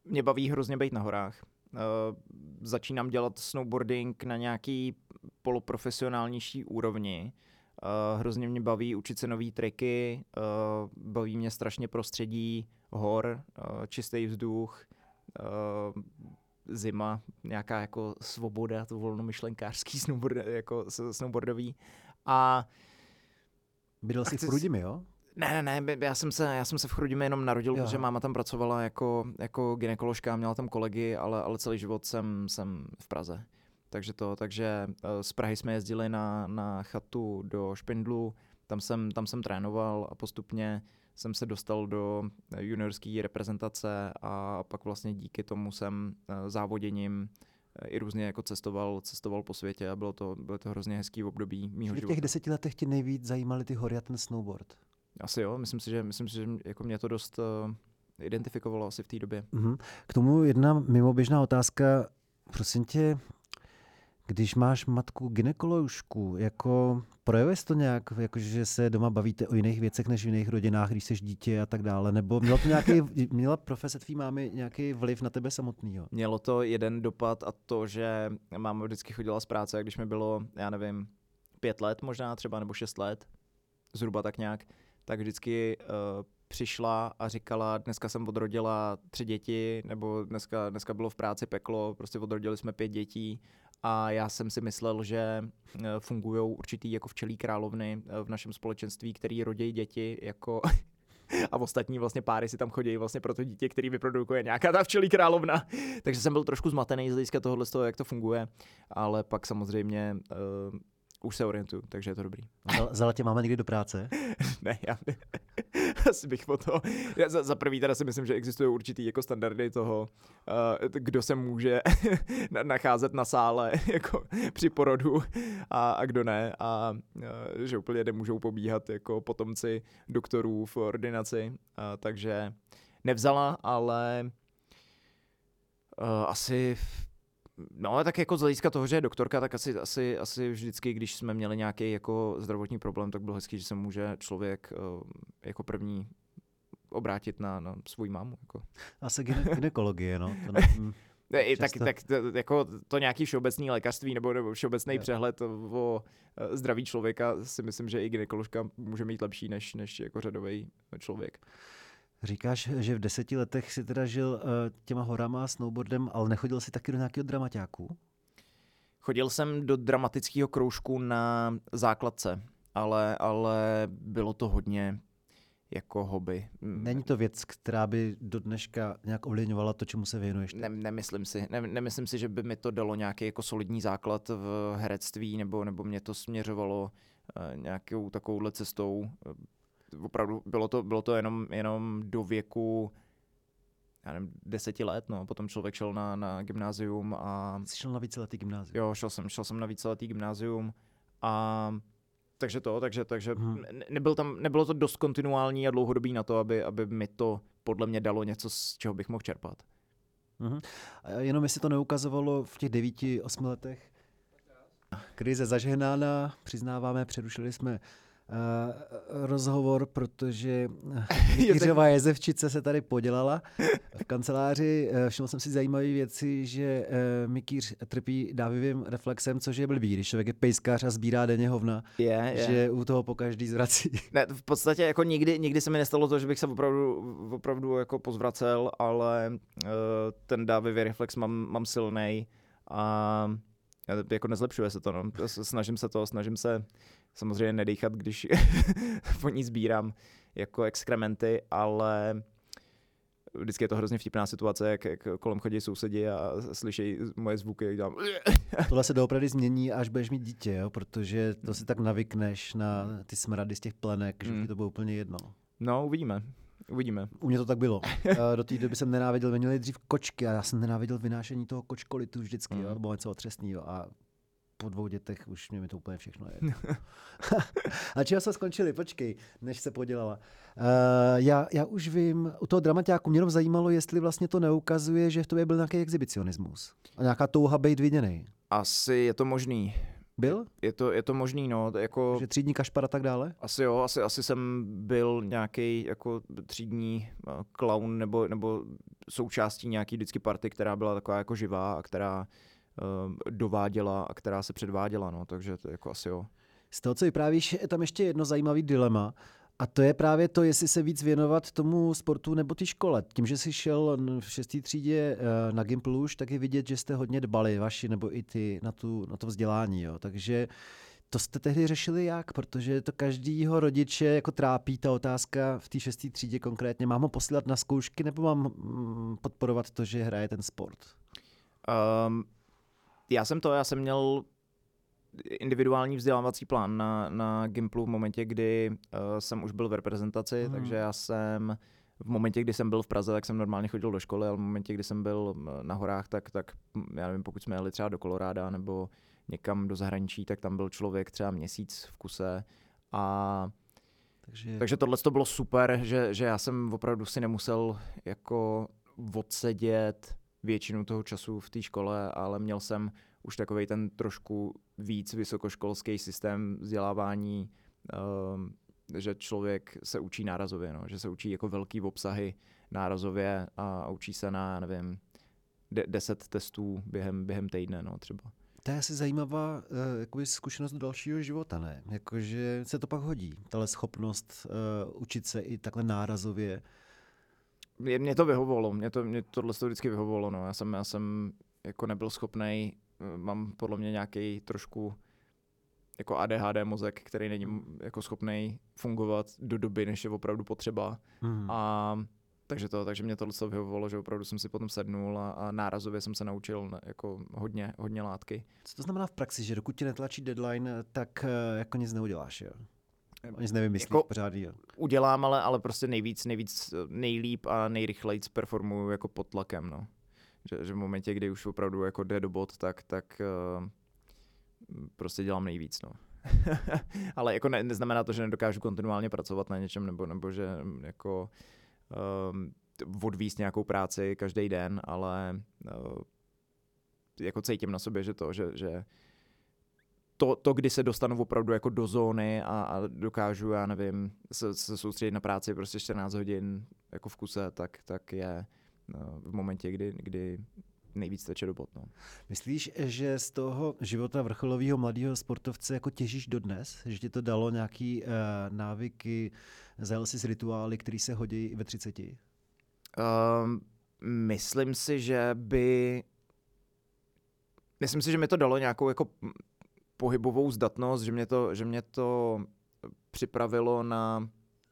Mě baví hrozně být na horách. Uh, začínám dělat snowboarding na nějaký poloprofesionálnější úrovni. Uh, hrozně mě baví učit se nový triky, uh, baví mě strašně prostředí hor, uh, čistý vzduch, uh, zima, nějaká jako svoboda, to volnomyšlenkářský snowboard, jako snowboardový. A bydlel jsi v Chrudimi, jo? Ne, ne, ne, já jsem se, já jsem se v Chrudimi jenom narodil, jo. Protože máma tam pracovala jako, jako gynekoložka, měla tam kolegy, ale, ale celý život jsem, jsem v Praze. Takže to, takže z Prahy jsme jezdili na, na chatu do Špindlu, tam jsem, tam jsem trénoval a postupně jsem se dostal do juniorské reprezentace a pak vlastně díky tomu jsem závoděním i různě jako cestoval, cestoval po světě a bylo to, bylo to hrozně hezký období mýho života. V těch deseti letech tě nejvíc zajímaly ty hory a ten snowboard? Asi jo, myslím si, že, myslím si, že jako mě to dost uh, identifikovalo asi v té době. Mm-hmm. K tomu jedna mimoběžná otázka, prosím tě, když máš matku gynekoložku, jako projevuje to nějak, jako že se doma bavíte o jiných věcech než v jiných rodinách, když jsi dítě a tak dále, nebo mělo to nějaký, měla profese tvý mámy nějaký vliv na tebe samotnýho? Mělo to jeden dopad a to, že máma vždycky chodila z práce, a když mi bylo, já nevím, pět let možná třeba, nebo šest let, zhruba tak nějak, tak vždycky uh, přišla a říkala, dneska jsem odrodila tři děti, nebo dneska, dneska bylo v práci peklo, prostě odrodili jsme pět dětí a já jsem si myslel, že uh, fungují určitý jako včelí královny uh, v našem společenství, který rodí děti jako a ostatní vlastně páry si tam chodí vlastně pro to dítě, který vyprodukuje nějaká ta včelí královna. Takže jsem byl trošku zmatený z hlediska tohohle z toho, jak to funguje, ale pak samozřejmě uh, už se orientuju, takže je to dobrý. Vzala tě máma někdy do práce? Ne, já asi bych o to... Já za, za prvý teda si myslím, že existují určitý jako standardy toho, uh, kdo se může nacházet na sále jako při porodu a, a kdo ne. A uh, že úplně nemůžou pobíhat jako potomci doktorů v ordinaci. Uh, takže nevzala, ale uh, asi... No, tak jako z hlediska toho, že je doktorka, tak asi, asi, asi vždycky, když jsme měli nějaký jako zdravotní problém, tak bylo hezký, že se může člověk uh, jako první obrátit na, na svou mámu. Jako. Asi gynekologie, no. To ne, I tak, tak to, jako to nějaký všeobecný lékařství nebo, nebo všeobecný přehled o zdraví člověka si myslím, že i gynekoložka může mít lepší než, než jako řadový člověk. Říkáš, že v deseti letech si teda žil uh, těma horama a snowboardem, ale nechodil jsi taky do nějakého dramaťáku? Chodil jsem do dramatického kroužku na základce, ale, ale bylo to hodně jako hobby. Není to věc, která by do dneška nějak ovlivňovala to, čemu se věnuješ? Ne, nemyslím si. Ne, nemyslím si, že by mi to dalo nějaký jako solidní základ v herectví, nebo, nebo mě to směřovalo uh, nějakou takovouhle cestou. Opravdu bylo to, bylo to jenom, jenom do věku já nevím, deseti let, no. Potom člověk šel na, na gymnázium a... Jsi šel na víceletý gymnázium? Jo, šel jsem, šel jsem na víceletý gymnázium a takže to, takže, takže hmm. nebyl tam, nebylo to dost kontinuální a dlouhodobý na to, aby, aby mi to podle mě dalo něco, z čeho bych mohl čerpat. Hmm. A jenom jestli to neukazovalo v těch devíti, osmi letech. Krize zažehnána, přiznáváme, přerušili jsme Uh, rozhovor, protože Mikýřová jezevčice se tady podělala v kanceláři. Uh, všiml jsem si zajímavé věci, že uh, Mikýř trpí dávivým reflexem, což je blbý, když člověk je pejskař a sbírá denně hovna, je, je. že u toho pokaždý zvrací. Ne, v podstatě jako nikdy, nikdy se mi nestalo to, že bych se opravdu, opravdu jako pozvracel, ale uh, ten dávivý reflex mám, mám silnej a jako nezlepšuje se to, no. Snažím se to, snažím se samozřejmě nedýchat, když po ní sbírám jako exkrementy, ale vždycky je to hrozně vtipná situace, jak, jak kolem chodí sousedi a slyšejí moje zvuky, jak dělám. Tohle se doopravdy změní, až budeš mít dítě, jo? Protože to si tak navykneš na ty smrady z těch plenek, že mm. ti to bylo úplně jedno. No, uvidíme. Uvidíme. U mě to tak bylo. Do té doby jsem nenáviděl, my měli dřív kočky a já jsem nenáviděl vynášení toho kočkolitu vždycky, mm. jo? Bylo něco otřesného a po dvou dětech už mě mi to úplně všechno je. A čeho jsme skončili? Počkej, než se podělala. Uh, já, já už vím, u toho dramaťáku mě jenom zajímalo, jestli vlastně to neukazuje, že v tobě byl nějaký exhibicionismus a nějaká touha být viděnej. Asi je to možný. Byl? Je to, je to možný, no. Jako, že třídní kašpar a tak dále? Asi jo, asi, asi jsem byl nějaký jako třídní klaun nebo, nebo součástí nějaký vždycky party, která byla taková jako živá a která uh, dováděla a která se předváděla, no, takže to jako asi jo. Z toho, co vyprávíš, je tam ještě jedno zajímavý dilema. A to je právě to, jestli se víc věnovat tomu sportu nebo té škole. Tím, že jsi šel v šesté třídě na Gimpl už, tak je vidět, že jste hodně dbali, vaši nebo i ty, na, tu, na to vzdělání. Jo. Takže to jste tehdy řešili jak? Protože to každýho rodiče jako trápí ta otázka v té šesté třídě konkrétně. Mám ho posílat na zkoušky nebo mám podporovat to, že hraje ten sport? Um, já jsem to, já jsem měl individuální vzdělávací plán na, na Gimplu v momentě, kdy uh, jsem už byl v reprezentaci, hmm. takže já jsem v momentě, kdy jsem byl v Praze, tak jsem normálně chodil do školy, ale v momentě, kdy jsem byl na horách, tak, tak já nevím, pokud jsme jeli třeba do Koloráda nebo někam do zahraničí, tak tam byl člověk třeba měsíc v kuse a takže, takže tohle to bylo super, že, že já jsem opravdu si nemusel jako odsedět většinu toho času v té škole, ale měl jsem už takovej ten trošku víc vysokoškolský systém vzdělávání, um, že člověk se učí nárazově, no, že se učí jako velký obsahy nárazově a učí se na, nevím, de- deset testů během, během týdne, no, třeba. To je asi zajímavá uh, jakoby zkušenost do dalšího života, ne? Jakože se to pak hodí, tahle schopnost uh, učit se i takhle nárazově. Mě, mě to vyhovovalo, mě, to, mě tohle to vždycky vyhovovalo, no. Já jsem, já jsem jako nebyl schopnej, mám podle mě nějaký trošku jako A D H D mozek, který není jako schopnej fungovat do doby, než je opravdu potřeba. Mm. A takže to, takže mě tohle to vyhovovalo, že opravdu jsem si potom sednul a, a nárazově jsem se naučil jako hodně, hodně látky. Co to znamená v praxi, že dokud ti netlačí deadline, tak jako nic neuděláš, jo? Nic nevymyslíš jako pořádný, jo? Udělám, ale, ale prostě nejvíc, nejvíc, nejlíp a nejrychleji performuju jako pod tlakem, no. Že, že v momentě, kdy už opravdu jako jde do bod, tak, tak uh, prostě dělám nejvíc, no. Ale jako ne, neznamená to, že nedokážu kontinuálně pracovat na něčem, nebo, nebo že jako um, odvíst nějakou práci každý den, ale uh, jako cítím na sobě, že to, že, že to, to, kdy se dostanu opravdu jako do zóny a, a dokážu, já nevím, se, se soustředit na práci prostě čtrnáct hodin jako v kuse, tak, tak je no, v momentě, kdy, kdy nejvíc teče do bod. No. Myslíš, že z toho života vrcholového mladého sportovce jako těžíš dodnes? Že ti to dalo nějaký uh, návyky, zajel jsi s rituály, které se hodí i ve třiceti? Um, myslím si, že by... Myslím si, že mi to dalo nějakou jako pohybovou zdatnost, že mě to, že mě to připravilo na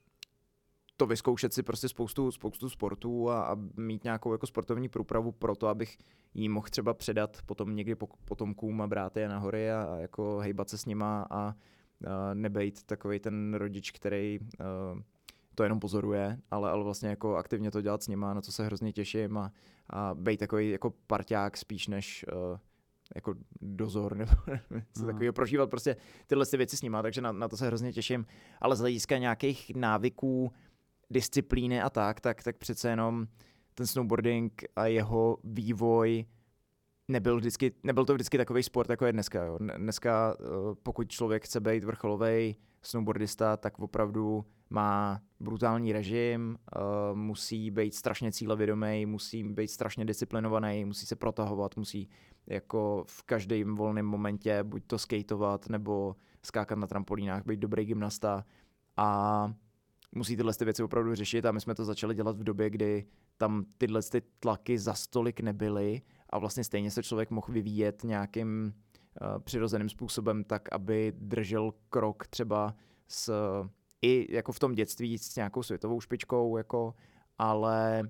to vyzkoušet si prostě spoustu, spoustu sportů a, a mít nějakou jako sportovní průpravu pro to, abych jí mohl třeba předat potom někdy potomkům a brát je na hory a, a jako hejbat se s nima a, a nebejt takovej ten rodič, který uh, to jenom pozoruje, ale, ale vlastně jako aktivně to dělat s nima, na co se hrozně těším a, a bejt takový jako parťák spíš než uh, jako dozor nebo něco takového, prožívat prostě tyhle věci s nima, takže na, na to se hrozně těším, ale z hlediska nějakých návyků, disciplíny a tak, tak, tak přece jenom ten snowboarding a jeho vývoj nebyl, vždycky, nebyl to vždycky takový sport, jako je dneska. Jo. Dneska, pokud člověk chce být vrcholový snowboardista, tak opravdu má brutální režim, musí být strašně cílevědomý, musí být strašně disciplinovaný, musí se protahovat, musí jako v každém volném momentě buď to skateovat nebo skákat na trampolínách, být dobrý gymnasta a musí tyhle ty věci opravdu řešit a my jsme to začali dělat v době, kdy tam tyhle ty tlaky za stolik nebyly a vlastně stejně se člověk mohl vyvíjet nějakým uh, přirozeným způsobem tak, aby držel krok třeba s, i jako v tom dětství s nějakou světovou špičkou, jako, ale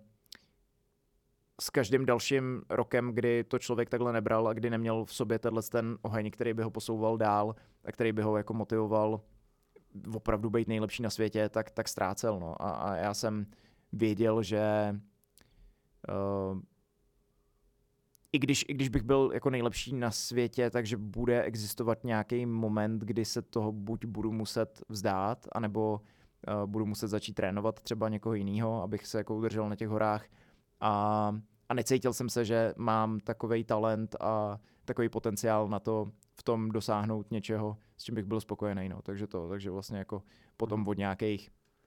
s každým dalším rokem, kdy to člověk takhle nebral a kdy neměl v sobě tenhle ten oheň, který by ho posouval dál a který by ho jako motivoval opravdu být nejlepší na světě, tak, tak ztrácel. No. A, a já jsem věděl, že uh, i, když, i když bych byl jako nejlepší na světě, takže bude existovat nějaký moment, kdy se toho buď budu muset vzdát, anebo uh, budu muset začít trénovat třeba někoho jiného, abych se jako udržel na těch horách. A, a necítil jsem se, že mám takovej talent a takový potenciál na to v tom dosáhnout něčeho, s čím bych byl spokojený. No. Takže to, takže vlastně jako potom od nějakých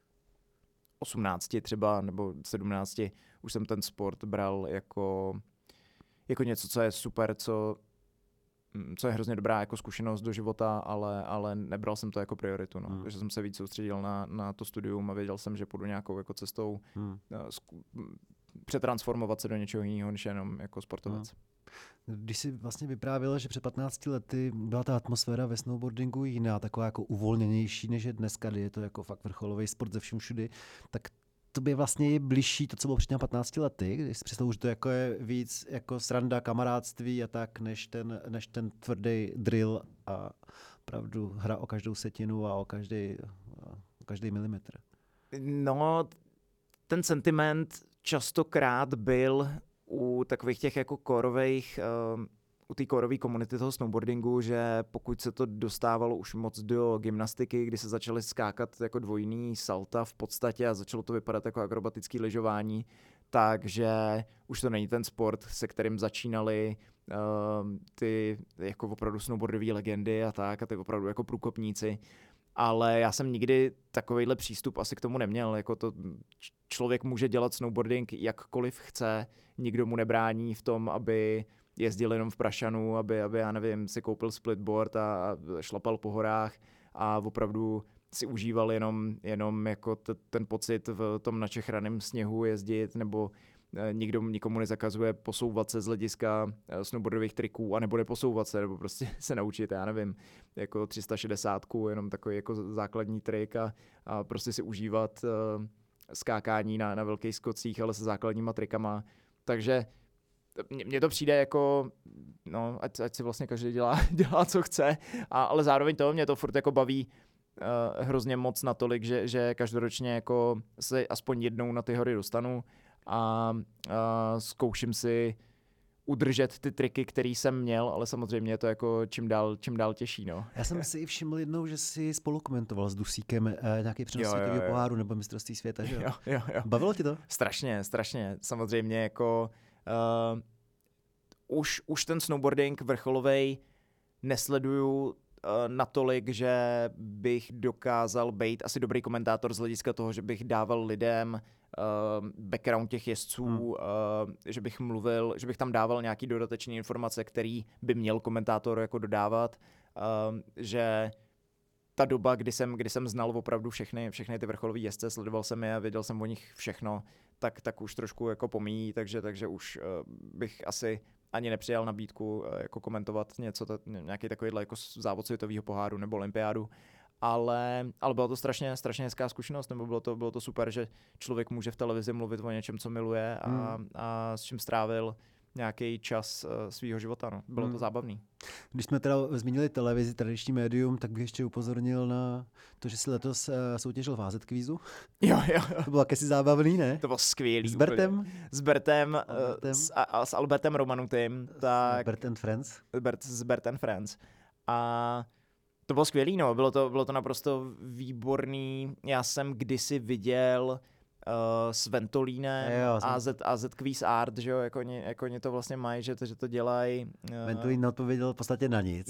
osmnácti třeba nebo sedmnácti už jsem ten sport bral jako, jako něco, co je super, co, co je hrozně dobrá jako zkušenost do života, ale, ale nebral jsem to jako prioritu. No. Hmm. Takže jsem se víc soustředil na, na to studium a věděl jsem, že půjdu nějakou jako cestou hmm. zku, přetransformovat se do něčeho jiného, než jenom jako sportovec. Hmm. Když jsi vlastně vyprávěl, že před patnácti lety byla ta atmosféra ve snowboardingu jiná, taková jako uvolněnější, než je dneska, kdy je to jako fakt vrcholový sport ze vším všudy, tak to by vlastně je bližší to, co bylo před těmi patnácti lety, když si představuji, že to jako je víc jako sranda, kamarádství a tak, než ten, než ten tvrdý drill a opravdu hra o každou setinu a o každý, o každý milimetr. No, ten sentiment častokrát byl u takových těch jako kórových, uh, u té kórové komunity toho snowboardingu, že pokud se to dostávalo už moc do gymnastiky, kdy se začaly skákat jako dvojný salta v podstatě a začalo to vypadat jako akrobatické lyžování, takže už to není ten sport, se kterým začínali uh, ty jako opravdu snowboardové legendy a tak a ty opravdu jako průkopníci. Ale já jsem nikdy takovejhle přístup asi k tomu neměl. Jako to, člověk může dělat snowboarding jakkoliv chce, nikdo mu nebrání v tom, aby jezdil jenom v prašanu, aby, aby já nevím, si koupil splitboard a, a šlapal po horách a opravdu si užíval jenom, jenom jako t, ten pocit v tom načechraném sněhu jezdit, nebo nikdo nikomu nezakazuje posouvat se z hlediska snowboardových triků a nebo neposouvat se, nebo prostě se naučit, já nevím, jako tři sta šedesát, jenom takový jako základní trik a, a prostě si užívat uh, skákání na, na velkých skocích, ale se základníma trikama. Takže mně to přijde jako, no, ať, ať si vlastně každý dělá, dělá co chce, a, ale zároveň to mě to furt jako baví uh, hrozně moc natolik, že, že každoročně jako se aspoň jednou na ty hory dostanu a, a zkouším si udržet ty triky, které jsem měl, ale samozřejmě je to jako čím dál, čím dál těžší. No. Já jsem si i všiml jednou, že jsi spolu komentoval s Dusíkem eh, nějaký přenos světového poháru nebo mistrovství světa, že jo? Jo, jo, jo. Bavilo ti to? Strašně, strašně. Samozřejmě jako uh, už, už ten snowboarding vrcholovej nesleduju natolik, že bych dokázal být asi dobrý komentátor z hlediska toho, že bych dával lidem uh, background těch jezdců, hmm. uh, že bych mluvil, že bych tam dával nějaký dodatečné informace, který by měl komentátor jako dodávat, uh, že ta doba, kdy jsem, kdy jsem znal opravdu všechny, všechny ty vrcholové jezdce, sledoval jsem je a věděl jsem o nich všechno, tak, tak už trošku jako pomíjí, takže, takže už uh, bych asi ani nepřijal nabídku jako komentovat něco, t- nějaký takovýhle jako závod světového poháru nebo olympiádu, ale, ale byla to strašně, strašně hezká zkušenost, nebo bylo to, bylo to super, že člověk může v televizi mluvit o něčem, co miluje a, hmm. a s čím strávil nějaký čas uh, svýho života. No. Bylo hmm. to zábavný. Když jsme teda zmínili televizi, tradiční médium, tak bych ještě upozornil na to, že si letos uh, soutěžil v H Z Kvízu. Jo, jo, jo. To bylo jakési zábavný, ne? To bylo skvělý. S Bertem? Úplně. S Bertem, Albertem. S, a, a s Albertem Romanutym. Tak, Bert and Friends. Bert, s Bert and Friends. A to bylo skvělý, no. Bylo to, bylo to naprosto výborný. Já jsem kdysi viděl Uh, s Ventolínem, A Z, A Z Quiz Art, že jo, jako oni, jako oni to vlastně mají, že to, že to dělají. Uh... Ventolín neodpověděl v podstatě na nic.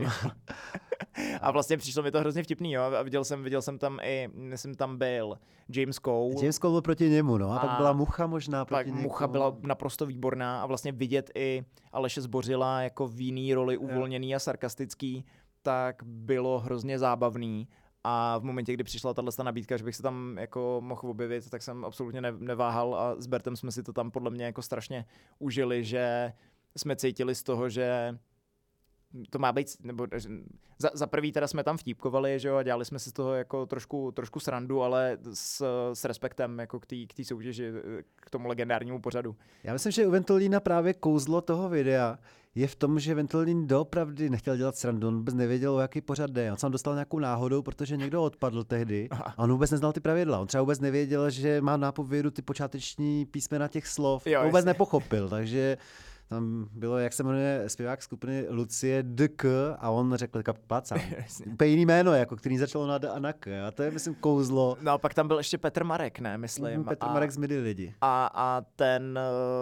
A vlastně přišlo mi to hrozně vtipný, jo, a viděl jsem, viděl jsem tam i, jsem tam byl James Cole. James Cole byl proti němu, no, a, a pak byla Mucha možná proti němu. Mucha byla naprosto výborná a vlastně vidět i Aleše Zbořila jako v jiný roli uvolněný jo. a sarkastický, tak bylo hrozně zábavný. A v momentě, kdy přišla tato nabídka, že bych se tam jako mohl objevit, tak jsem absolutně neváhal a s Bertem jsme si to tam podle mě jako strašně užili, že jsme cítili z toho, že to má být, nebo za, za prvý teda jsme tam vtípkovali, že jo, a dělali jsme si z toho jako trošku, trošku srandu, ale s, s respektem jako k té k té soutěži, k tomu legendárnímu pořadu. Já myslím, že u Ventolína právě kouzlo toho videa je v tom, že Ventolín doopravdy nechtěl dělat srandu, on vůbec nevěděl, o jaký pořad jde. On se tam dostal nějakou náhodou, protože někdo odpadl tehdy a on vůbec neznal ty pravidla. On třeba vůbec nevěděl, že má na povědu ty počáteční písmena těch slov. Jo, on vůbec nepochopil, takže tam bylo, jak se jmenuje zpěvák skupiny Lucie D K a on řekl Pláca. Úplně jiný jméno, jako, který začalo na D a na K. A to je, myslím, kouzlo. No a pak tam byl ještě Petr Marek, ne, myslím. Petr a, Marek z Midi lidi. A, a ten... Uh...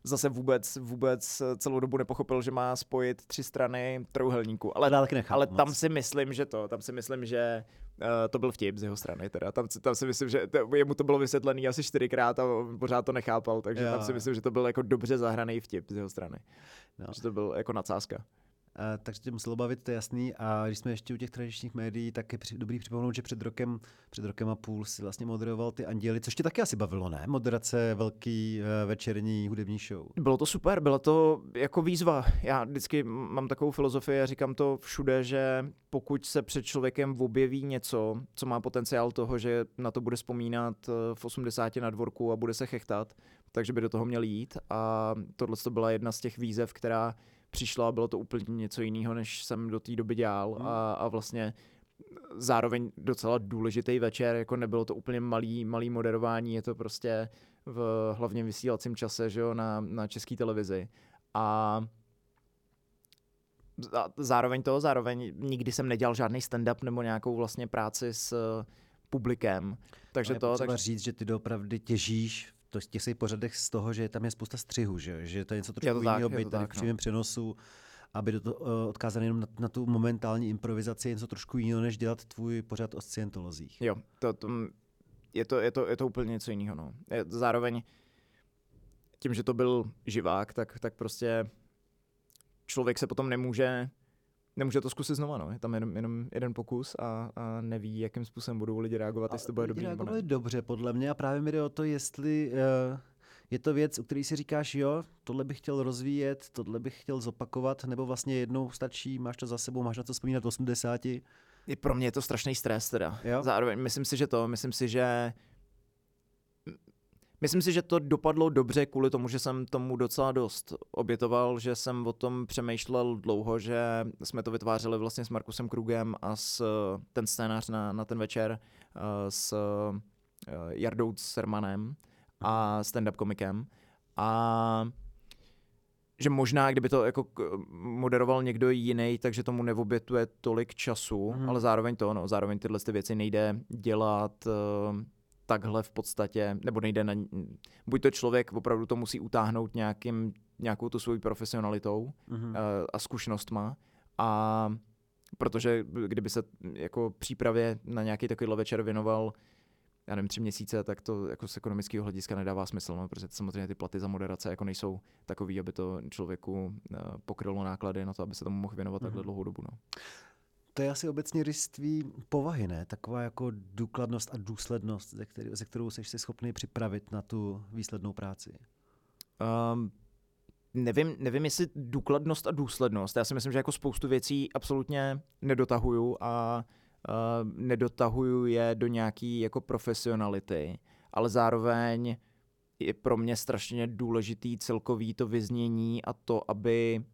zase vůbec, vůbec celou dobu nepochopil, že má spojit tři strany trojúhelníku. Ale, ale tam si myslím, že to, tam si myslím, že uh, to byl vtip z jeho strany. Teda. Tam, tam si myslím, že to, jemu to bylo vysvětlené asi čtyřikrát a pořád to nechápal, takže jo. Tam si myslím, že to byl jako dobře zahraný vtip z jeho strany. No. Že to byl jako nadsázka. Uh, takže tě muselo bavit, to je jasný. A když jsme ještě u těch tradičních médií, tak je při, dobrý připomenout, že před rokem, před rokem a půl si vlastně moderoval ty Anděly, což tě taky asi bavilo, ne? Moderace velký uh, večerní hudební show. Bylo to super, byla to jako výzva. Já vždycky mám takovou filozofii a říkám to všude, že pokud se před člověkem objeví něco, co má potenciál toho, že na to bude vzpomínat v osmdesáti na dvorku a bude se chechtat, takže by do toho měl jít. A tohle to byla jedna z těch výzev, která přišla, bylo to úplně něco jiného, než jsem do té doby dělal hmm. a, a vlastně zároveň docela důležitý večer, jako nebylo to úplně malý, malý moderování, je to prostě v hlavně vysílacím čase, že jo, na, na české televizi. A zároveň to, zároveň nikdy jsem nedělal žádný stand-up nebo nějakou vlastně práci s publikem. Takže to, tak takže... říct, že ty doopravdy těžíš to v těch pořadech z toho, že tam je spousta střihu, že, že to je něco trošku jiného, být tady v přímém přenosu, aby do to uh, odkázali jenom na, na tu momentální improvizaci, něco trošku jiného, než dělat tvůj pořad o scientolozích. Jo, to, to, je, to, je, to, je to úplně něco jiného. No. Zároveň tím, že to byl živák, tak, tak prostě člověk se potom nemůže Nemůže to zkusit znova, no. Je tam jenom, jenom jeden pokus a, a neví, jakým způsobem budou lidi reagovat, jestli to bude dobrý nebo ne. Dobře, podle mě, a právě mi jde o to, jestli uh, je to věc, u které si říkáš, jo, tohle bych chtěl rozvíjet, tohle bych chtěl zopakovat, nebo vlastně jednou stačí, máš to za sebou, máš na to vzpomínat v osmdesáti. I pro mě je to strašný stres teda. Jo? Zároveň myslím si, že to, myslím si, že Myslím si, že to dopadlo dobře kvůli tomu, že jsem tomu docela dost obětoval, že jsem o tom přemýšlel dlouho, že jsme to vytvářeli vlastně s Markusem Krugem a s ten scénář na, na ten večer s Jardou Sermanem a stand-up komikem. A že možná, kdyby to jako moderoval někdo jiný, takže tomu neobětuje tolik času, hmm. ale zároveň to, no, zároveň tyhle ty věci nejde dělat takhle v podstatě, nebo nejde na... Buď to člověk opravdu to musí utáhnout nějakým, nějakou tu svou profesionalitou mm-hmm. a zkušenostma, a protože kdyby se jako přípravě na nějaký takovýhle večer věnoval, já nevím, tři měsíce, tak to jako z ekonomického hlediska nedává smysl, no, protože samozřejmě ty platy za moderace jako nejsou takový, aby to člověku pokrylo náklady na to, aby se tomu mohl věnovat mm-hmm. takhle dlouhou dobu. No. To je asi obecně rys tvý povahy, ne? Taková jako důkladnost a důslednost, ze, který, ze kterou jsi si schopný připravit na tu výslednou práci. Um, nevím, nevím, jestli důkladnost a důslednost. Já si myslím, že jako spoustu věcí absolutně nedotahuju a uh, nedotahuju je do nějaký jako profesionality, ale zároveň je pro mě strašně důležitý celkový to vyznění a to, aby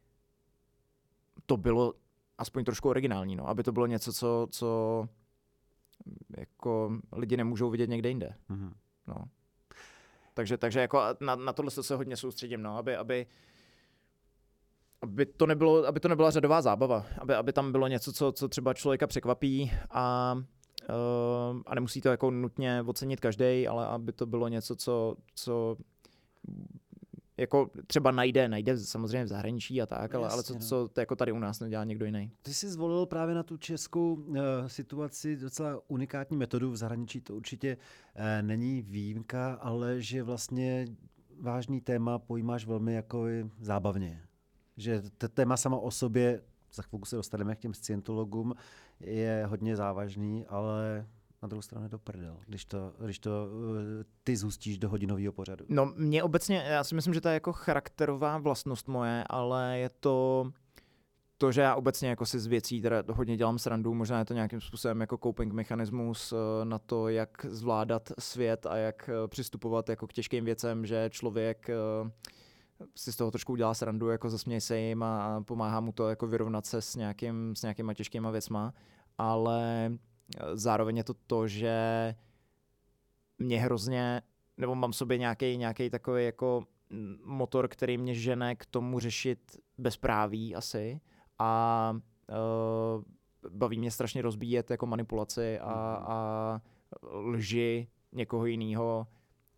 to bylo aspoň trošku originální, no, aby to bylo něco, co, co jako lidi nemůžou vidět někde jinde. Mm-hmm. No. Takže, takže jako na, na tohle se hodně soustředím, no, aby, aby, aby, to nebylo, aby to nebyla řadová zábava, aby, aby tam bylo něco, co, co třeba člověka překvapí a, uh, a nemusí to jako nutně ocenit každej, ale aby to bylo něco, co, co jako třeba najde, najde samozřejmě v zahraničí a tak, ale, Jasně, ale co, co to jako tady u nás nedělá někdo jiný. Ty jsi zvolil právě na tu českou uh, situaci docela unikátní metodu, v zahraničí to určitě uh, není výjimka, ale že vlastně vážný téma pojímáš velmi jako zábavně. Že to téma samo o sobě, za chvilku se dostaneme k těm scientologům, je hodně závažný, ale na druhou stranu do prdel, když to, když to uh, ty zhustíš do hodinového pořadu. No mě obecně, já si myslím, že to je jako charakterová vlastnost moje, ale je to to, že já obecně jako si z věcí teda hodně dělám srandu, možná je to nějakým způsobem jako coping mechanismus uh, na to, jak zvládat svět a jak uh, přistupovat jako k těžkým věcem, že člověk uh, si z toho trošku udělá srandu, jako zasměje se jim a pomáhá mu to jako vyrovnat se s, nějakým, s nějakýma těžkýma věcma, ale zároveň je to to, že mě hrozně, nebo mám v sobě nějaký, nějaký takový jako motor, který mě žene k tomu řešit bezpráví asi a uh, baví mě strašně rozbíjet jako manipulaci a, a lži někoho jiného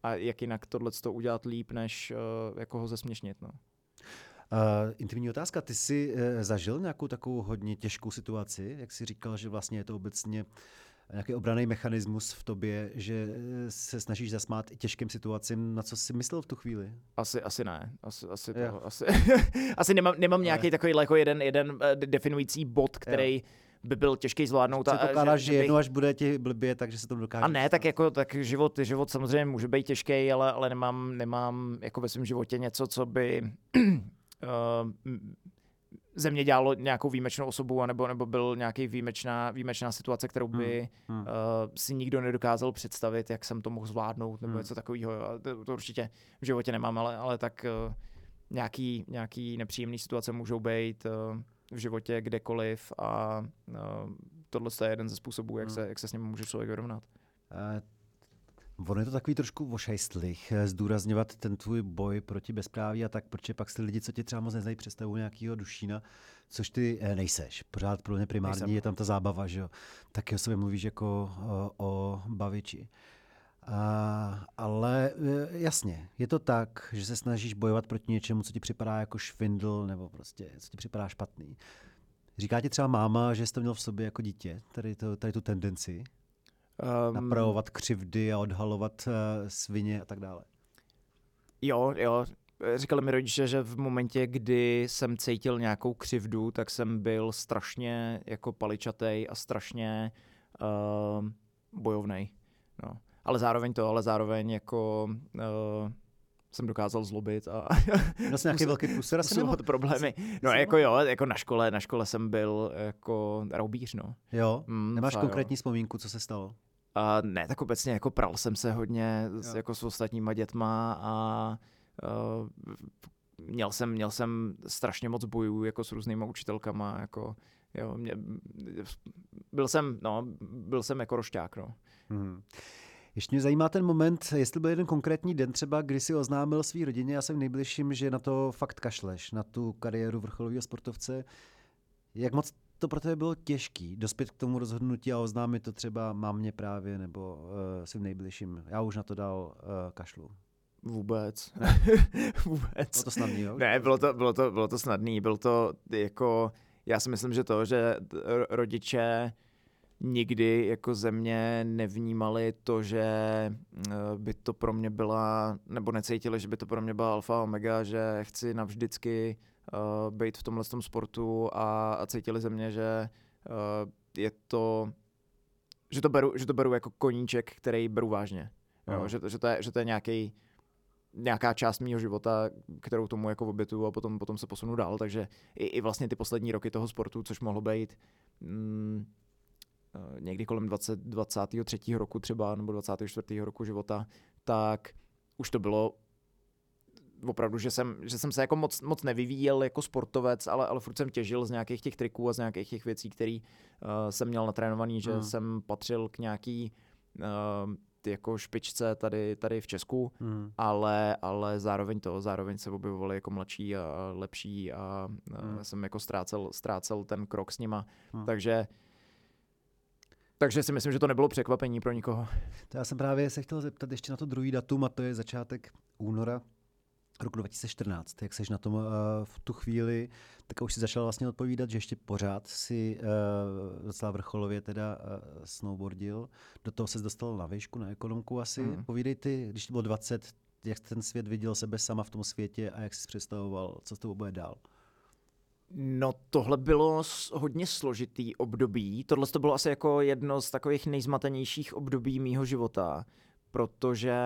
a jak jinak tohleto udělat líp, než uh, jako ho zesměšnit. No. Uh, intimní otázka, ty jsi uh, zažil nějakou takovou hodně těžkou situaci, jak jsi říkal, že vlastně je to obecně nějaký obranný mechanismus v tobě, že se snažíš zasmát i těžkým situacím, na co jsi myslel v tu chvíli? Asi, asi ne. Asi, asi, to, asi, asi nemám, nemám nějaký takový jako jeden, jeden definující bod, který jo. by byl těžký zvládnout. Předpokládáš, že, že jednou až bude ti blbě, takže se to dokáže. A ne, tak jako tak život, život samozřejmě může být těžký, ale, ale nemám, nemám jako ve svém životě něco, co by uh, ze mě dělalo nějakou výjimečnou osobu, anebo, nebo byl nějaký výjimečná, výjimečná situace, kterou by hmm. Hmm. Uh, si nikdo nedokázal představit, jak jsem to mohl zvládnout, nebo hmm. něco takového. To, to určitě v životě nemám, ale, ale tak uh, nějaký, nějaký nepříjemný situace můžou být uh, v životě kdekoliv a uh, tohle je jeden ze způsobů, jak, hmm. se, jak se s ním může člověk vyrovnat. Uh, Ono je to takový trošku ošajstlich zdůrazňovat ten tvůj boj proti bezpráví a tak, protože pak si lidi, co tě třeba moc neznají, představují nějakýho dušína, což ty nejseš. Pořád pro mě primární Nejsem. Je tam ta zábava, že jo. Taky o sobě mluvíš jako o, o baviči. A, ale jasně, je to tak, že se snažíš bojovat proti něčemu, co ti připadá jako švindl, nebo prostě, co ti připadá špatný. Říká ti třeba máma, že jsi to měl v sobě jako dítě, tady, to, tady tu tendenci? Um, napravovat křivdy a odhalovat uh, svině a tak dále. Jo, jo. Říkali mi rodiče, že v momentě, kdy jsem cítil nějakou křivdu, tak jsem byl strašně jako paličatej a strašně uh, bojovnej. No. Ale zároveň to, ale zároveň jako uh, jsem dokázal zlobit a no nějaký velký průser asi nemohl problémy. No jako jo, jako na škole, na škole jsem byl jako roubíř, no. Jo, mm, nemáš fakt, konkrétní jo. vzpomínku, co se stalo? Uh, ne, tak obecně jako pral jsem se hodně s, jako s ostatníma dětma a uh, měl jsem, měl jsem strašně moc bojů jako s různýma učitelkama, jako jo, mě, byl jsem, no, byl jsem jako rošťák, no. Hmm. Ještě mě zajímá ten moment, jestli byl jeden konkrétní den třeba, kdy si oznámil svý rodině a svým nejbližším, že na to fakt kašleš, na tu kariéru vrcholového sportovce. Jak moc to pro tebe bylo těžký, dospět k tomu rozhodnutí a oznámit to třeba mámě právě nebo uh, svým nejbližším. Já už na to dal uh, kašlu. Vůbec. Vůbec. Bylo to snadný, jo? Ne, bylo to, bylo to, bylo to snadný. Bylo to jako, já si myslím, že to, že rodiče nikdy jako ze mě nevnímali to, že by to pro mě byla, nebo necítili, že by to pro mě byla alfa omega, že chci navždycky uh, být v tomhle tom sportu a, a cítili ze mě, že uh, je to, že to beru, že to beru jako koníček, který beru vážně. Jo, že, že, to je, že to je nějaký, nějaká část mýho života, kterou tomu jako obětuju a potom, potom se posunu dál, takže i, i vlastně ty poslední roky toho sportu, což mohlo být mm, někdy kolem dvacet, dvacátého třetího roku třeba, nebo dvacátého čtvrtého roku života, tak už to bylo opravdu, že jsem, že jsem se jako moc, moc nevyvíjel jako sportovec, ale, ale furt jsem těžil z nějakých těch triků a z nějakých těch věcí, které uh, jsem měl natrénovaný, že hmm. jsem patřil k nějaký uh, jako špičce tady, tady v Česku, hmm. ale, ale zároveň to, zároveň se objevovali jako mladší a lepší a hmm. jsem jako ztrácel, ztrácel ten krok s nima, hmm. takže Takže si myslím, že to nebylo překvapení pro nikoho. To já jsem právě se chtěl zeptat ještě na to druhý datum, a to je začátek února roku dva tisíce čtrnáct. Jak seš na tom uh, v tu chvíli, tak už si začal vlastně odpovídat, že ještě pořád si uh, docela vrcholově teda uh, snowboardil. Do toho ses dostal na výšku, na ekonomku asi. Mm. Povídej ty, když to bylo dvacet, jak ten svět viděl sebe sama v tom světě a jak jsi představoval, co s tebou bude dál? No tohle bylo hodně složitý období. Tohle to bylo asi jako jedno z takových nejzmatenějších období mýho života, protože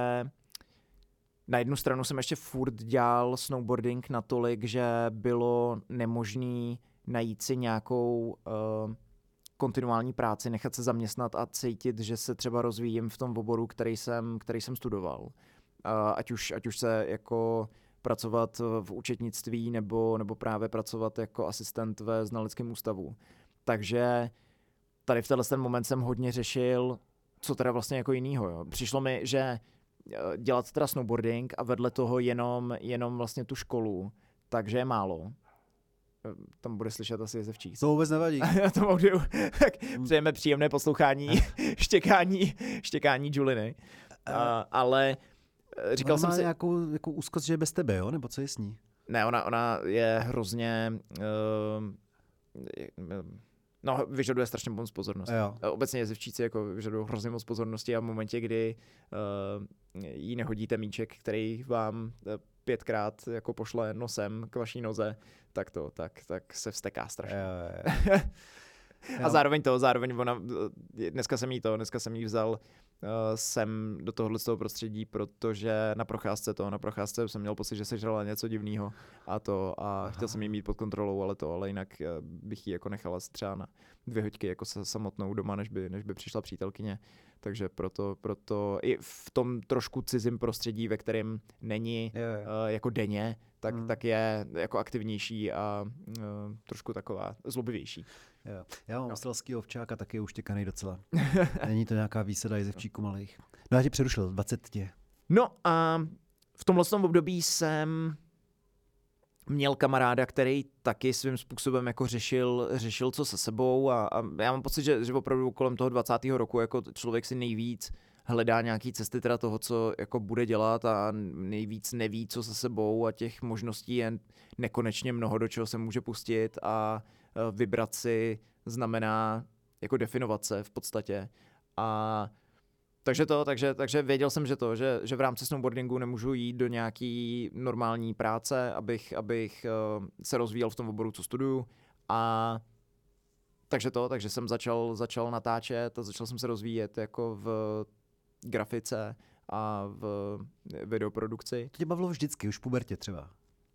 na jednu stranu jsem ještě furt dělal snowboarding natolik, že bylo nemožné najít si nějakou uh, kontinuální práci, nechat se zaměstnat a cítit, že se třeba rozvíjím v tom oboru, který jsem, který jsem studoval. Uh, ať už, ať už se jako pracovat v účetnictví nebo, nebo právě pracovat jako asistent ve znaleckém ústavu. Takže tady v tenhle ten moment jsem hodně řešil, co teda vlastně jako jinýho. Jo. Přišlo mi, že dělat teda snowboarding a vedle toho jenom, jenom vlastně tu školu, takže je málo. Tam bude slyšet asi jezevčík. To vůbec nevadí. Na tom audiu. Tak přejeme příjemné poslouchání, štěkání, štěkání Juliny. Uh, ale říkal ona jsem má si... nějakou jako úzkost, že je bez tebe, jo? Nebo co je s ní? Ne, ona, ona je hrozně... Uh, no, vyžaduje strašně moc pozornosti. Jo. Obecně jezevčíci jako vyžadují hrozně moc pozornosti a v momentě, kdy uh, jí nehodíte míček, který vám uh, pětkrát jako pošle nosem k vaší noze, tak to, tak, tak se vzteká strašně. Jo, jo. A zároveň to, zároveň ona, dneska jsem jí to, dneska jsem jí vzal uh, sem do tohohle z toho prostředí, protože na procházce to, na procházce jsem měl pocit, že se žrala něco divného a to a Aha. chtěl jsem jí mít pod kontrolou, ale to, ale jinak uh, bych ji jako nechala třeba na dvě hoďky jako se samotnou doma, než by, než by přišla přítelkyně. Takže proto, proto i v tom trošku cizím prostředí, ve kterém není jo, jo. Uh, jako denně, tak, hmm. tak je jako aktivnější a uh, trošku taková zlobivější. Jo. Já mám no. australský ovčák a taky je uštěkaný docela. Není to nějaká výsada jezevčíků malých. No já tě přerušil, dvacet tě. No a v tomhle tom období jsem měl kamaráda, který taky svým způsobem jako řešil, řešil co se sebou a, a já mám pocit, že, že opravdu kolem toho dvacátého roku jako člověk si nejvíc hledá nějaký cesty teda toho, co jako bude dělat a nejvíc neví, co se sebou a těch možností je nekonečně mnoho, do čeho se může pustit a vybrat si znamená jako definovat se v podstatě. A takže to, takže, takže věděl jsem, že to, že, že v rámci snowboardingu nemůžu jít do nějaký normální práce, abych, abych uh, se rozvíjel v tom oboru, co studuju. A takže to, takže jsem začal, začal natáčet a začal jsem se rozvíjet jako v grafice a v videoprodukci. To tě bavilo vždycky, už v pubertě třeba?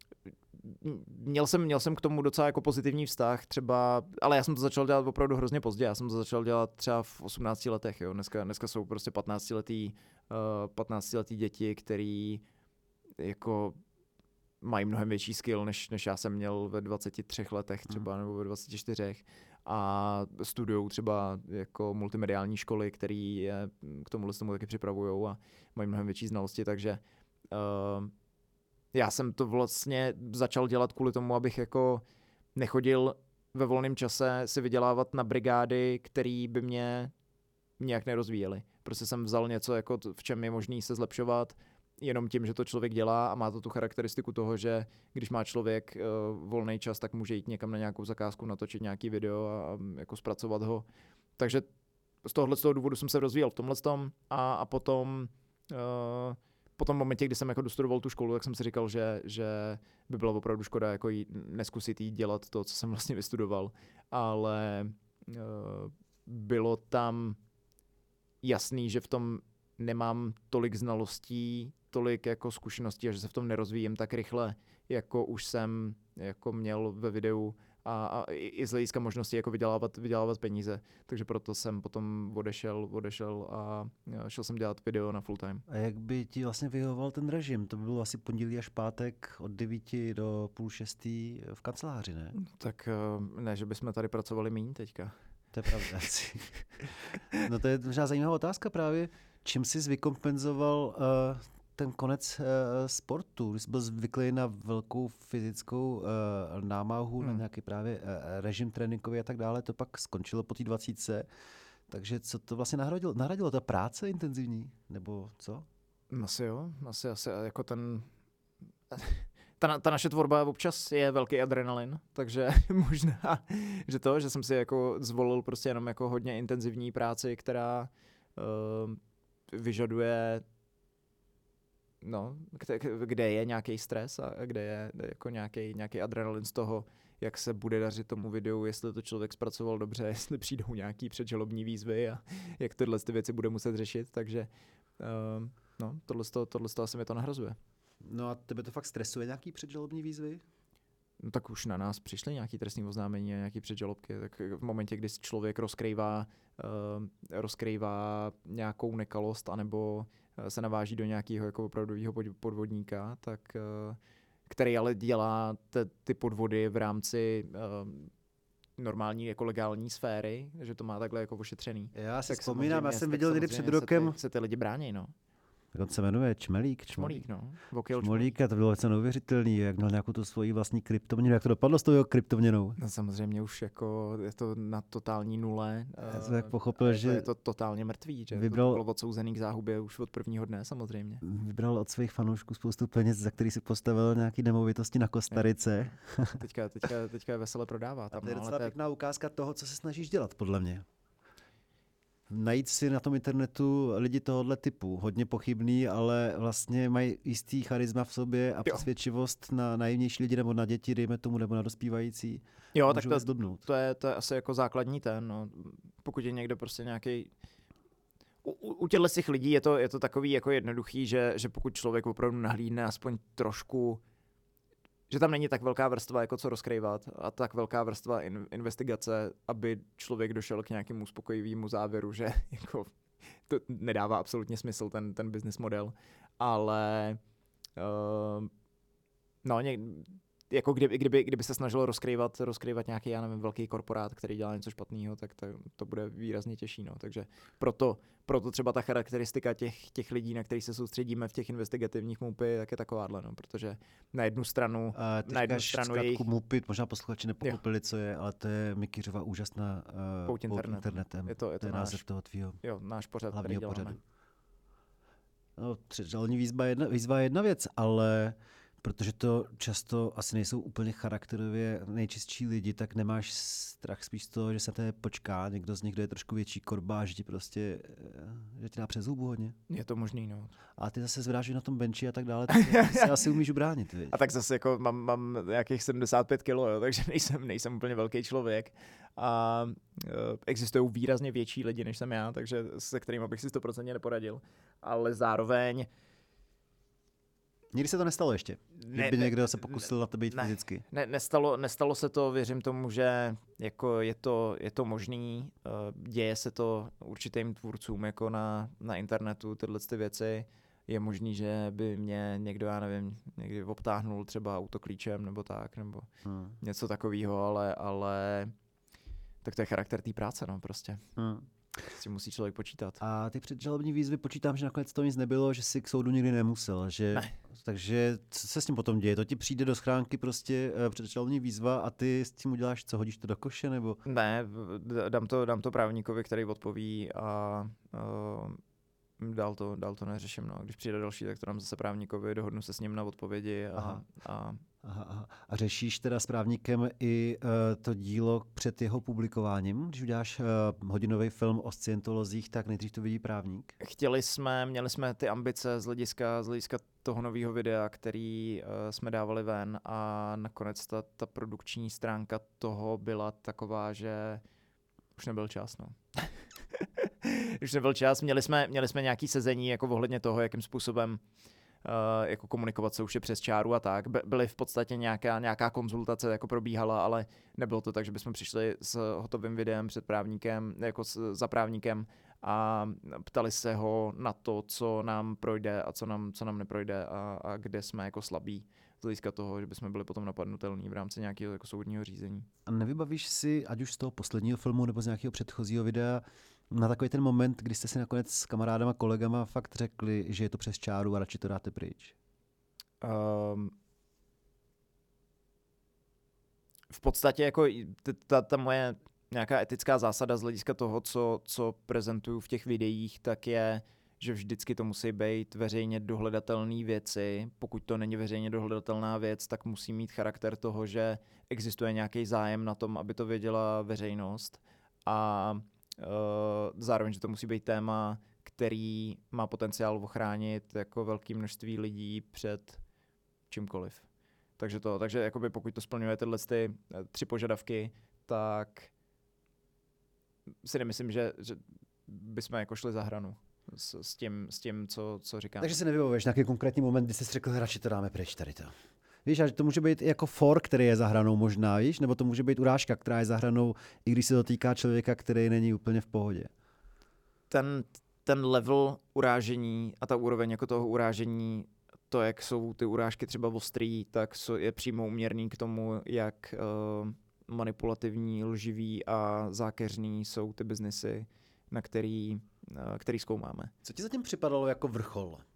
Měl jsem, měl jsem k tomu docela jako pozitivní vztah, třeba, ale já jsem to začal dělat opravdu hrozně pozdě, já jsem to začal dělat třeba v osmnácti letech, jo. Dneska, dneska jsou prostě patnáctiletý, uh, patnáctiletý děti, který jako mají mnohem větší skill, než, než já jsem měl ve dvaceti třech letech třeba, hmm. nebo ve dvaceti čtyřech a studujou třeba jako multimediální školy, který je k tomuhle tomu taky připravujou a mají mnohem větší znalosti, takže uh, já jsem to vlastně začal dělat kvůli tomu, abych jako nechodil ve volném čase si vydělávat na brigády, který by mě nějak nerozvíjely. Prostě jsem vzal něco, jako v čem je možný se zlepšovat, jenom tím, že to člověk dělá a má to tu charakteristiku toho, že když má člověk uh, volný čas, tak může jít někam na nějakou zakázku, natočit nějaký video a, a jako zpracovat ho. Takže z tohohle z toho důvodu jsem se rozvíjel v tomhle tom a, a potom uh, po tom momentě, kdy jsem jako dostudoval tu školu, tak jsem si říkal, že, že by bylo opravdu škoda jako jí, neskusit jít dělat to, co jsem vlastně vystudoval. Ale uh, bylo tam jasný, že v tom nemám tolik znalostí, tolik jako zkušeností a že se v tom nerozvíjím tak rychle, jako už jsem jako měl ve videu a, a i z hlediska možnosti jako vydělávat, vydělávat peníze. Takže proto jsem potom odešel, odešel a šel jsem dělat video na full time. A jak by ti vlastně vyhovoval ten režim? To by bylo asi pondělí až pátek od devíti do půl šestý v kanceláři, ne? Tak ne, že bychom tady pracovali míň teďka. To je pravda. No to je možná zajímavá otázka právě. Čím jsi vykompenzoval uh, ten konec uh, sportu? Když jsi byl zvyklý na velkou fyzickou uh, námahu, hmm. na nějaký právě uh, režim tréninkový a tak dále, to pak skončilo po té dvacítce. Takže co to vlastně nahradilo? Nahradilo ta práce intenzivní? Nebo co? Asi jo, asi, asi jako ten... Ta, ta naše tvorba občas je velký adrenalin, takže možná, že to, že jsem si jako zvolil prostě jenom jako hodně intenzivní práci, která uh, vyžaduje, no, kde, kde je nějaký stres a kde je jako nějaký, nějaký adrenalin z toho, jak se bude dařit tomu videu, jestli to člověk zpracoval dobře, jestli přijdou nějaký předžalobní výzvy a jak tyhle ty věci bude muset řešit, takže uh, no, tohle, tohle asi mi to nahrazuje. No a tebe to fakt stresuje nějaký předžalobní výzvy? No tak už na nás přišly nějaký trestní oznámení a nějaký předžalobky. Tak v momentě, kdy člověk rozkrývá, uh, rozkrývá nějakou nekalost anebo se naváží do nějakého jako opravdového podvodníka, tak uh, který ale dělá te, ty podvody v rámci uh, normální jako legální sféry, že to má takhle jako ošetřený. Já si tak vzpomínám, já jsem viděl někdy před rokem rokem... se ty, se ty lidi brání, no. Jak on se jmenuje? Čmelík? Čmolík, no. Vokil Čmolík, a to bylo něco neuvěřitelný, jak měl nějakou tu svoji vlastní kryptoměnu. Jak to dopadlo s tou jeho kryptoměnou? No samozřejmě už jako je to na totální nule. Já jsem jak pochopil, je že... To, je to totálně mrtvý, že vybral... to bylo odsouzený k záhubě už od prvního dne samozřejmě. Vybral od svých fanoušků spoustu peněz, za který si postavil nějaký nemovitosti na Kostarice. teďka, teďka, teďka je vesele prodává. Tam, a to je no, docela ale pěkná ukázka toho, co se snažíš dělat, podle mě. Najít si na tom internetu lidi tohohle typu. Hodně pochybný, ale vlastně mají jistý charisma v sobě a přesvědčivost na nejjemnější lidi nebo na děti, dejme tomu, nebo na dospívající. Jo, tak to, to, je, to je asi jako základní ten. No. Pokud je někdo prostě nějaký. U, u těchto těch lidí je to, je to takový jako jednoduchý, že, že pokud člověk opravdu nahlídne aspoň trošku, že tam není tak velká vrstva, jako co rozkrývat, a tak velká vrstva in, investigace, aby člověk došel k nějakému uspokojivému závěru, že jako to nedává absolutně smysl, ten, ten business model, ale uh, no, něk, jako kdyby, kdyby, kdyby se snažilo rozkrývat, rozkrývat nějaký, já nevím, velký korporát, který dělá něco špatného, tak to, to bude výrazně těžší. No. Takže proto, proto třeba ta charakteristika těch, těch lidí, na kterých se soustředíme v těch investigativních mupy, tak je takováhle, no. Protože na jednu stranu, uh, na jednu stranu jejich... mupy, možná posluchači nepochopili, co je, ale to je Mikyřova úžasná uh, Pouť internet. internetem. Je to, je to, to je náš, název toho tvýho jo, náš pořad, který děláme. Pořadu. No, předžalní výzva je jedna, výzva je jedna věc, ale protože to často asi nejsou úplně charakterově nejčistší lidi, tak nemáš strach spíš z toho, že se té počká, někdo z nich, kdo je trošku větší korba, že ti prostě, že ti dá přes zubu hodně. Je to možný, no. A ty zase zvráš na tom benči a tak dále, tak ty se asi umíš ubránit. Viď? A tak zase jako mám, mám nějakých sedmdesát pět kilo, jo, takže nejsem, nejsem úplně velký člověk. A uh, existují výrazně větší lidi, než jsem já, takže se kterými bych si sto procent neporadil. Ale zároveň nikdy se to nestalo ještě? Ne, Kdyby ne, někdo se pokusil na to být ne, fyzicky? Ne, nestalo, nestalo se to, věřím tomu, že jako je to, je to možný, děje se to určitým tvůrcům jako na, na internetu, tyhle ty věci. Je možný, že by mě někdo, já nevím, někdy obtáhnul třeba autoklíčem nebo tak, nebo hmm. něco takového, ale, ale tak to je charakter té práce, no prostě. Hmm. S tím musí člověk počítat. A ty předžalobní výzvy počítám, že nakonec to nic nebylo, že si k soudu nikdy nemusel. Že... Ne. Takže co se s tím potom děje? To ti přijde do schránky prostě předžalobní výzva a ty s tím uděláš co? Hodíš to do koše nebo? Ne, dám to, dám to právníkovi, který odpoví a uh, dál to, dál to neřeším. No. Když přijde další, tak to dám zase právníkovi, dohodnu se s ním na odpovědi a... Aha. a Aha, aha. A řešíš teda s právníkem i uh, to dílo před jeho publikováním? Když uděláš uh, hodinový film o scientolozích, tak nejdřív to vidí právník? Chtěli jsme, měli jsme ty ambice z hlediska, z hlediska toho nového videa, který uh, jsme dávali ven a nakonec ta, ta produkční stránka toho byla taková, že už nebyl čas, no. Už nebyl čas, měli jsme, měli jsme nějaký sezení jako ohledně toho, jakým způsobem Uh, jako komunikovat se už je přes čáru a tak. By, byly v podstatě nějaká, nějaká konzultace jako probíhala, ale nebylo to tak, že bychom přišli s hotovým videem před právníkem, jako s, za právníkem a ptali se ho na to, co nám projde a co nám, co nám neprojde a, a kde jsme jako slabí z hlediska toho, že bychom byli potom napadnutelní v rámci nějakého jako soudního řízení. A nevybavíš si, ať už z toho posledního filmu nebo z nějakého předchozího videa, na takový ten moment, kdy jste si nakonec s kamarádama, kolegama fakt řekli, že je to přes čáru a radši to dáte pryč? Um, v podstatě jako ta, ta moje nějaká etická zásada z hlediska toho, co, co prezentuju v těch videích, tak je, že vždycky to musí být veřejně dohledatelné věci. Pokud to není veřejně dohledatelná věc, tak musí mít charakter toho, že existuje nějaký zájem na tom, aby to věděla veřejnost. A uh, zároveň, že to musí být téma, který má potenciál ochránit jako velké množství lidí před čímkoliv. Takže to, takže jakoby pokud to splňuje tyhle ty tři požadavky, tak si nemyslím, že, že bychom jako šli za hranu s, s, tím, s tím, co, co říkám. Takže si nevybavuješ nějaký konkrétní moment, kdy jsi řekl, radši to dáme pryč tady to. Víš, a to může být jako for, který je za hranou možná, víš? Nebo to může být urážka, která je za hranou, i když se to týká člověka, který není úplně v pohodě. Ten, ten level urážení a ta úroveň jako toho urážení, to, jak jsou ty urážky třeba ostrý, tak je přímo uměrný k tomu, jak uh, manipulativní, lživý a zákeřný jsou ty biznesy, na který, uh, který zkoumáme. Co ti zatím připadalo jako vrchol?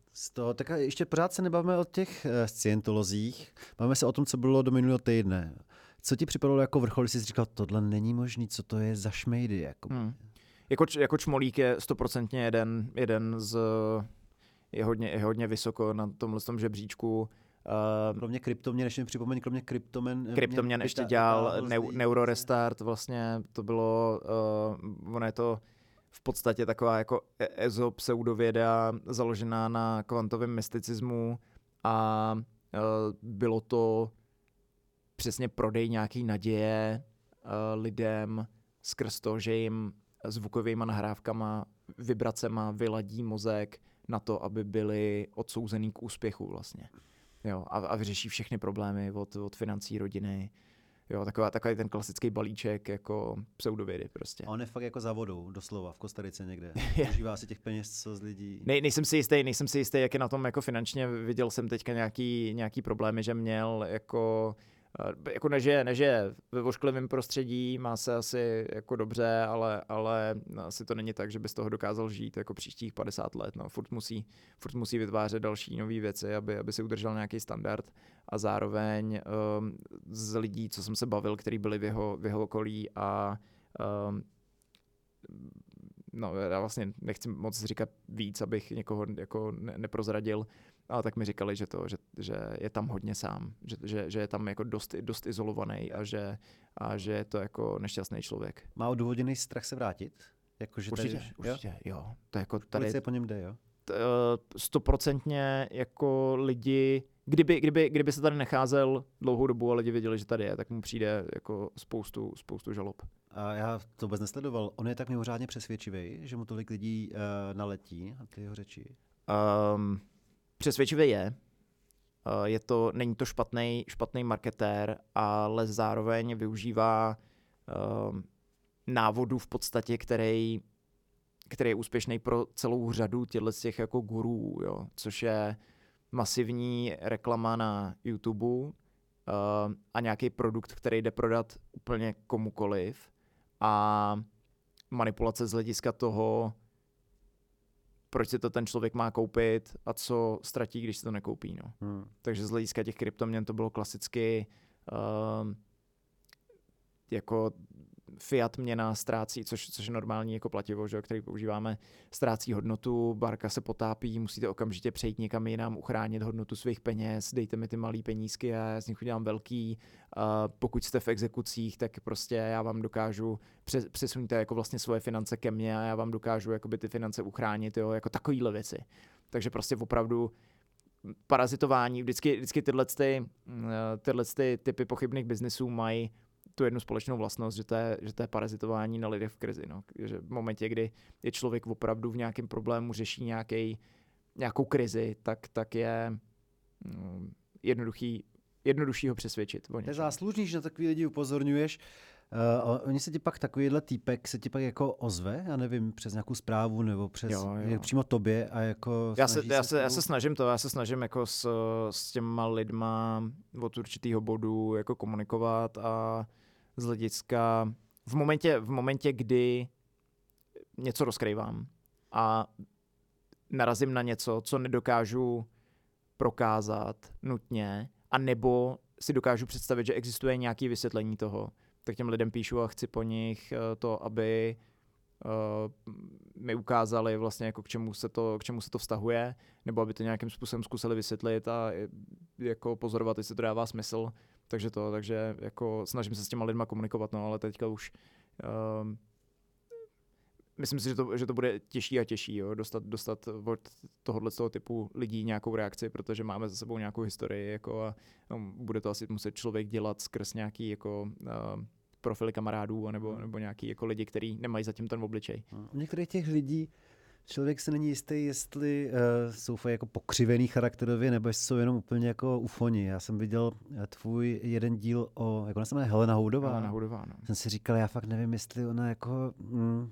Z toho, tak ještě pořád se nebavíme o těch uh, scientolozích, bavíme se o tom, co bylo do minulého týdne. Co ti připadalo jako vrchol, jsi říkal, tohle není možný, co to je za šmejdy? Jako, hmm. jako, jako čmolík je stoprocentně jeden, jeden z, je hodně, je hodně vysoko na tomhle tom žebříčku. Uh, kromě kryptoměn, než mi připomeň, kromě kryptomen... Kryptoměn ještě dělal neu, Neurorestart, vlastně to bylo, uh, ono je to v podstatě taková jako ezo pseudověda založená na kvantovém mysticismu a uh, bylo to přesně prodej nějaký naděje uh, lidem skrz to, že jim zvukovýma nahrávkama, vibracema vyladí mozek na to, aby byli odsouzený k úspěchu vlastně. Jo, a, a vyřeší všechny problémy od, od financí rodiny. Jo, taková, takový ten klasický balíček jako pseudovědy prostě. A on je fakt jako za vodou, doslova, v Kostarice někde. Užívá si těch peněz, co z lidí. Ne, nejsem si jistý, nejsem si jistý, jak je na tom jako finančně. Viděl jsem teďka nějaký, nějaký problémy, že měl jako jako nežije, nežije ve vošklivém prostředí, má se asi jako dobře, ale, ale asi to není tak, že by z toho dokázal žít jako příštích padesát let. No. Furt musí, furt musí vytvářet další nové věci, aby, aby si udržel nějaký standard a zároveň um, z lidí, co jsem se bavil, kteří byli v jeho, v jeho okolí a um, no, já vlastně nechci moc říkat víc, abych někoho jako ne, neprozradil, ale tak mi říkali, že, to, že, že je tam hodně sám, že, že, že je tam jako dost, dost izolovaný a že, a že je to jako nešťastný člověk. Má odůvodněný strach se vrátit? Jako, že určitě, tady, určitě, jo. jo. To je jako tady, policie po něm jde, jo? Stoprocentně jako lidi, kdyby, kdyby, kdyby se tady necházel dlouhou dobu a lidi věděli, že tady je, tak mu přijde jako spoustu, spoustu žalob. A já to vůbec nesledoval. On je tak mimořádně přesvědčivý, že mu tolik lidí uh, naletí a ty jeho řeči? Um, přesvědčivý je. Uh, je to, není to špatný, špatný marketér, ale zároveň využívá uh, návodu v podstatě, který, který je úspěšný pro celou řadu těchto těch jako gurů, jo, což je masivní reklama na YouTube uh, a nějaký produkt, který jde prodat úplně komukoliv a manipulace z hlediska toho, proč si to ten člověk má koupit a co ztratí, když si to nekoupí. No. Hmm. Takže z hlediska těch kryptoměn to bylo klasicky uh, jako fiat měna ztrácí, což, což je normální jako plativo, že, který používáme, ztrácí hodnotu, barka se potápí, musíte okamžitě přejít někam jinam, uchránit hodnotu svých peněz, dejte mi ty malý penízky a já z nich udělám velký. Uh, pokud jste v exekucích, tak prostě já vám dokážu, přes, přesuňte jako vlastně svoje finance ke mně a já vám dokážu jakoby ty finance uchránit, jo, jako takovýhle věci. Takže prostě opravdu parazitování, vždycky, vždycky tyhle, ty, tyhle ty typy pochybných biznisů mají tu jednu společnou vlastnost, že to je, že to je parazitování na lidech v krizi. No. Že v momentě, kdy je člověk opravdu v nějakém problému, řeší nějaký, nějakou krizi, tak, tak je no, jednoduchý, jednodušší ho přesvědčit. To je záslužný, že na takový lidi upozorňuješ. Uh, oni se ti pak takovýhle týpek se ti pak jako ozve, já nevím, přes nějakou zprávu nebo přes jo, jo. přímo tobě a jako já se, já, se, já se snažím to, já se snažím jako s, s těma lidma od určitýho bodu jako komunikovat a z hlediska v momentě, v momentě, kdy něco rozkrývám a narazím na něco, co nedokážu prokázat nutně, a nebo si dokážu představit, že existuje nějaké vysvětlení toho, tak těm lidem píšu a chci po nich to, aby uh, mi ukázali vlastně jako k čemu se to, k čemu se to vztahuje, nebo aby to nějakým způsobem zkusili vysvětlit a jako pozorovat, jestli to dává smysl. Takže to, takže jako snažím se s těma lidma komunikovat, no, ale teďka už uh, myslím si, že to, že to bude těžší a těžší, jo, dostat, dostat od tohohle toho typu lidí nějakou reakci, protože máme za sebou nějakou historii, jako a no, bude to asi muset člověk dělat skrz nějaký jako uh, profily kamarádů, nebo, nebo nějaký jako lidi, kteří nemají zatím ten obličej. U některých těch lidí člověk se není jistý, jestli uh, jsou jako pokřivený charakterově, nebo jestli jsou jenom úplně jako ufoni. Já jsem viděl tvůj jeden díl o, jak ona se jmenuje, Helena Houdová. Helena Houdová, no. Jsem si říkal, já fakt nevím, jestli ona jako... Mm,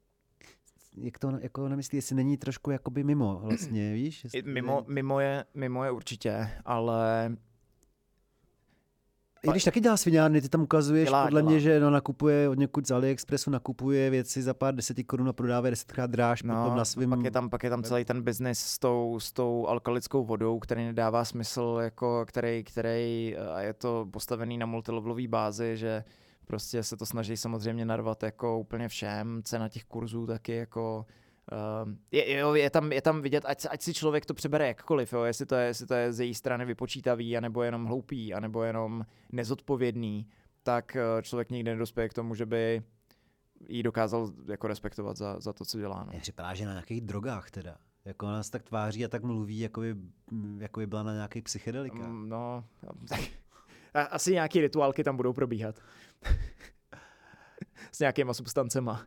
jak to jako nemyslí, jestli není trošku jakoby mimo vlastně, víš? Mimo, mimo, je, mimo je určitě, ale I když taky dělá sviňárny, ty tam ukazuješ dělá, podle dělá. mě, že no, nakupuje od někud z AliExpressu, nakupuje věci za pár deseti korun a prodává desetkrát dráž, no, potom na svým... pak je tam, pak je tam celý ten biznis s tou, s tou alkalickou vodou, který nedává smysl, jako který, který a je to postavený na multilevelové bázi, že prostě se to snaží samozřejmě narvat jako úplně všem, cena těch kurzů taky jako... Uh, je, jo, je, tam, je tam vidět, ať, ať si člověk to přebere jakkoliv, jo, jestli, to je, jestli to je z její strany vypočítavý, anebo jenom hloupý, anebo jenom nezodpovědný, tak uh, člověk nikdy nedospěje k tomu, že by jí dokázal jako respektovat za, za to, co dělá. No. Mně připadá, že na nějakých drogách teda. Jako ona se tak tváří a tak mluví, jako by, jako by byla na nějakých psychedelikách. Um, no, asi nějaký rituálky tam budou probíhat. S nějakýma substancema.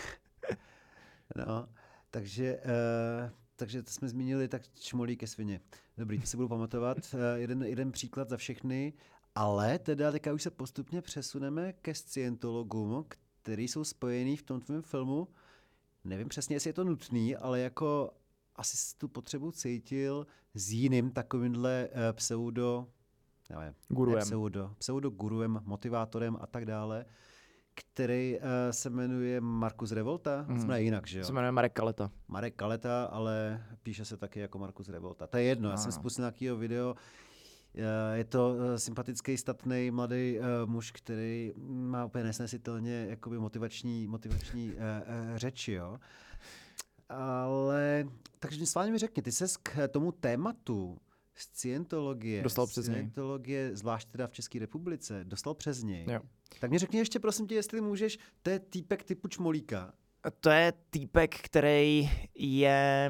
No, takže, uh, takže to jsme zmínili, tak čmolí ke svině. Dobrý, to si budu pamatovat. Uh, jeden, jeden příklad za všechny, ale teda teďka už se postupně přesuneme ke scientologům, který jsou spojený v tom tvém filmu. Nevím přesně, jestli je to nutný, ale jako asi tu potřebu cítil s jiným takovýmhle uh, pseudo, nevím, guruem. Ne pseudo, pseudo guruem, motivátorem a tak dále, který uh, se jmenuje Markus Revolta, mm. se jmenuje jinak, že jo? Se jmenuje Marek Kaleta. Marek Kaleta, ale píše se taky jako Markus Revolta. To je jedno, no, já jsem spustil nějakého video, uh, je to uh, sympatický, statný mladý uh, muž, který má úplně nesnesitelně jakoby motivační, motivační uh, uh, řeči, jo? Ale, takže sválně mi řekni, ty ses k tomu tématu scientologie, dostal přes něj. Scientologie, zvlášť teda v České republice, dostal přes něj. Jo. Tak mě řekni ještě, prosím tě, jestli můžeš, to je týpek typu čmolíka. To je týpek, který je,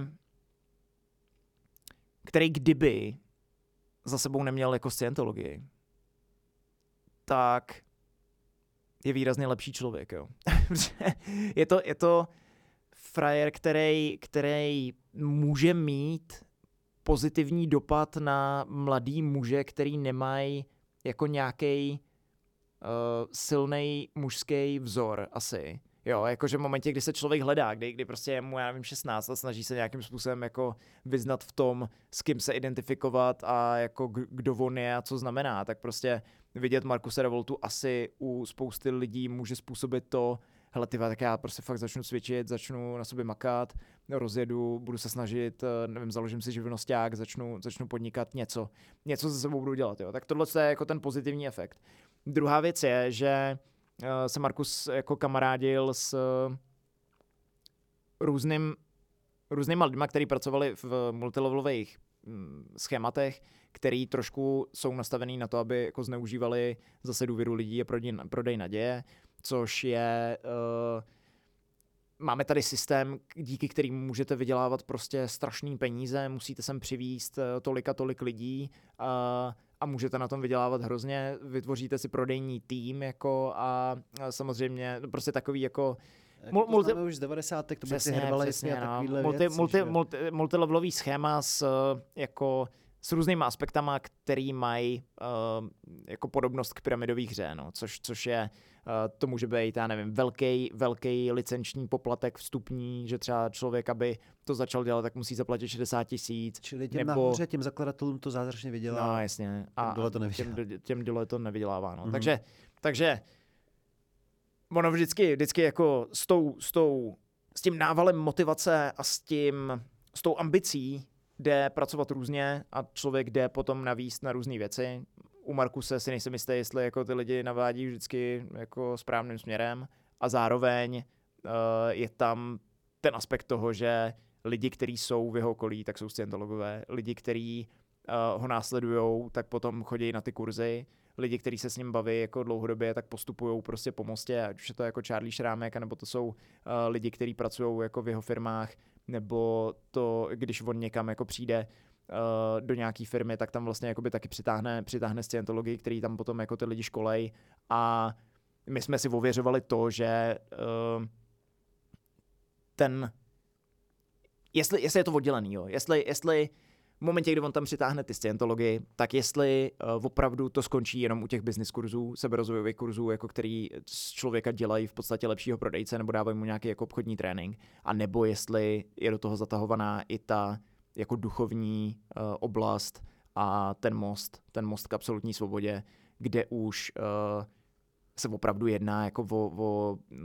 který kdyby za sebou neměl jako scientologii, tak je výrazně lepší člověk, jo. je to, je to frajer, který, který může mít pozitivní dopad na mladý muže, který nemají jako nějaký uh, silný mužský vzor asi. Jo, jakože v momentě, kdy se člověk hledá, kdy, kdy prostě je mu, já nevím, šestnáct a snaží se nějakým způsobem jako vyznat v tom, s kým se identifikovat a jako kdo on je a co znamená, tak prostě vidět Markuse Revoltu asi u spousty lidí může způsobit to, hele tyva, tak já prostě fakt začnu cvičit, začnu na sobě makat, rozjedu, budu se snažit, nevím, založím si živnosťák, začnu, začnu podnikat něco, něco se sebou budu dělat, jo. Tak tohle je jako ten pozitivní efekt. Druhá věc je, že se Markus jako kamarádil s různým, různýma lidma, kteří pracovali v multilevelových schématech, který trošku jsou nastavený na to, aby jako zneužívali zase důvěru lidí a prodej, prodej naděje, což je... Uh, máme tady systém, díky kterému můžete vydělávat prostě strašný peníze, musíte sem přivízt tolik a tolik lidí a, a můžete na tom vydělávat hrozně, vytvoříte si prodejní tým jako a, a samozřejmě prostě takový jako... Jako to multi... už z devadesátek, to byly ty Herbality a takovýhle multi, věci. Multi, multi, multilevelový schéma s, jako, s různýma aspektama, který mají uh, jako podobnost k pyramidových hře, no, což, což je, uh, to může být, já nevím, velký, velký licenční poplatek vstupní, že třeba člověk, aby to začal dělat, tak musí zaplatit šedesát tisíc. Čili těm nebo... nahoře, těm zakladatelům to zázračně vydělá. No jasně. A těm dole to nevydělá. Těm, těm dole to nevydělává, no. Mm-hmm. Takže, takže ono vždycky, vždycky jako s, tou, s, tou, s tím návalem motivace a s, tím, s tou ambicí jde pracovat různě a člověk jde potom navíst na různé věci. U Markuse si nejsem jistý, jestli jako ty lidi navádí vždycky jako správným směrem a zároveň uh, je tam ten aspekt toho, že lidi, kteří jsou v jeho okolí, tak jsou scientologové. Lidi, kteří uh, ho následujou, tak potom chodí na ty kurzy. Lidi, kteří se s ním baví jako dlouhodobě, tak postupují prostě po mostě, ať už je to jako Charlie Šrámek, nebo to jsou uh, lidi, kteří pracují jako v jeho firmách, nebo to, když on někam jako přijde uh, do nějaký firmy, tak tam vlastně jakoby taky přitáhne, přitáhne scientologii, který tam potom jako ty lidi školej. A my jsme si ověřovali to, že uh, ten, jestli, jestli je to oddělený, jo, jestli, jestli v momentě, kdy on tam přitáhne ty scientologii, tak jestli uh, opravdu to skončí jenom u těch business kurzů, seberozvojových kurzů, jako který z člověka dělají v podstatě lepšího prodejce nebo dávají mu nějaký jako obchodní trénink, a nebo jestli je do toho zatahovaná i ta jako duchovní uh, oblast a ten most, ten most k absolutní svobodě, kde už uh, se opravdu jedná jako o, o uh,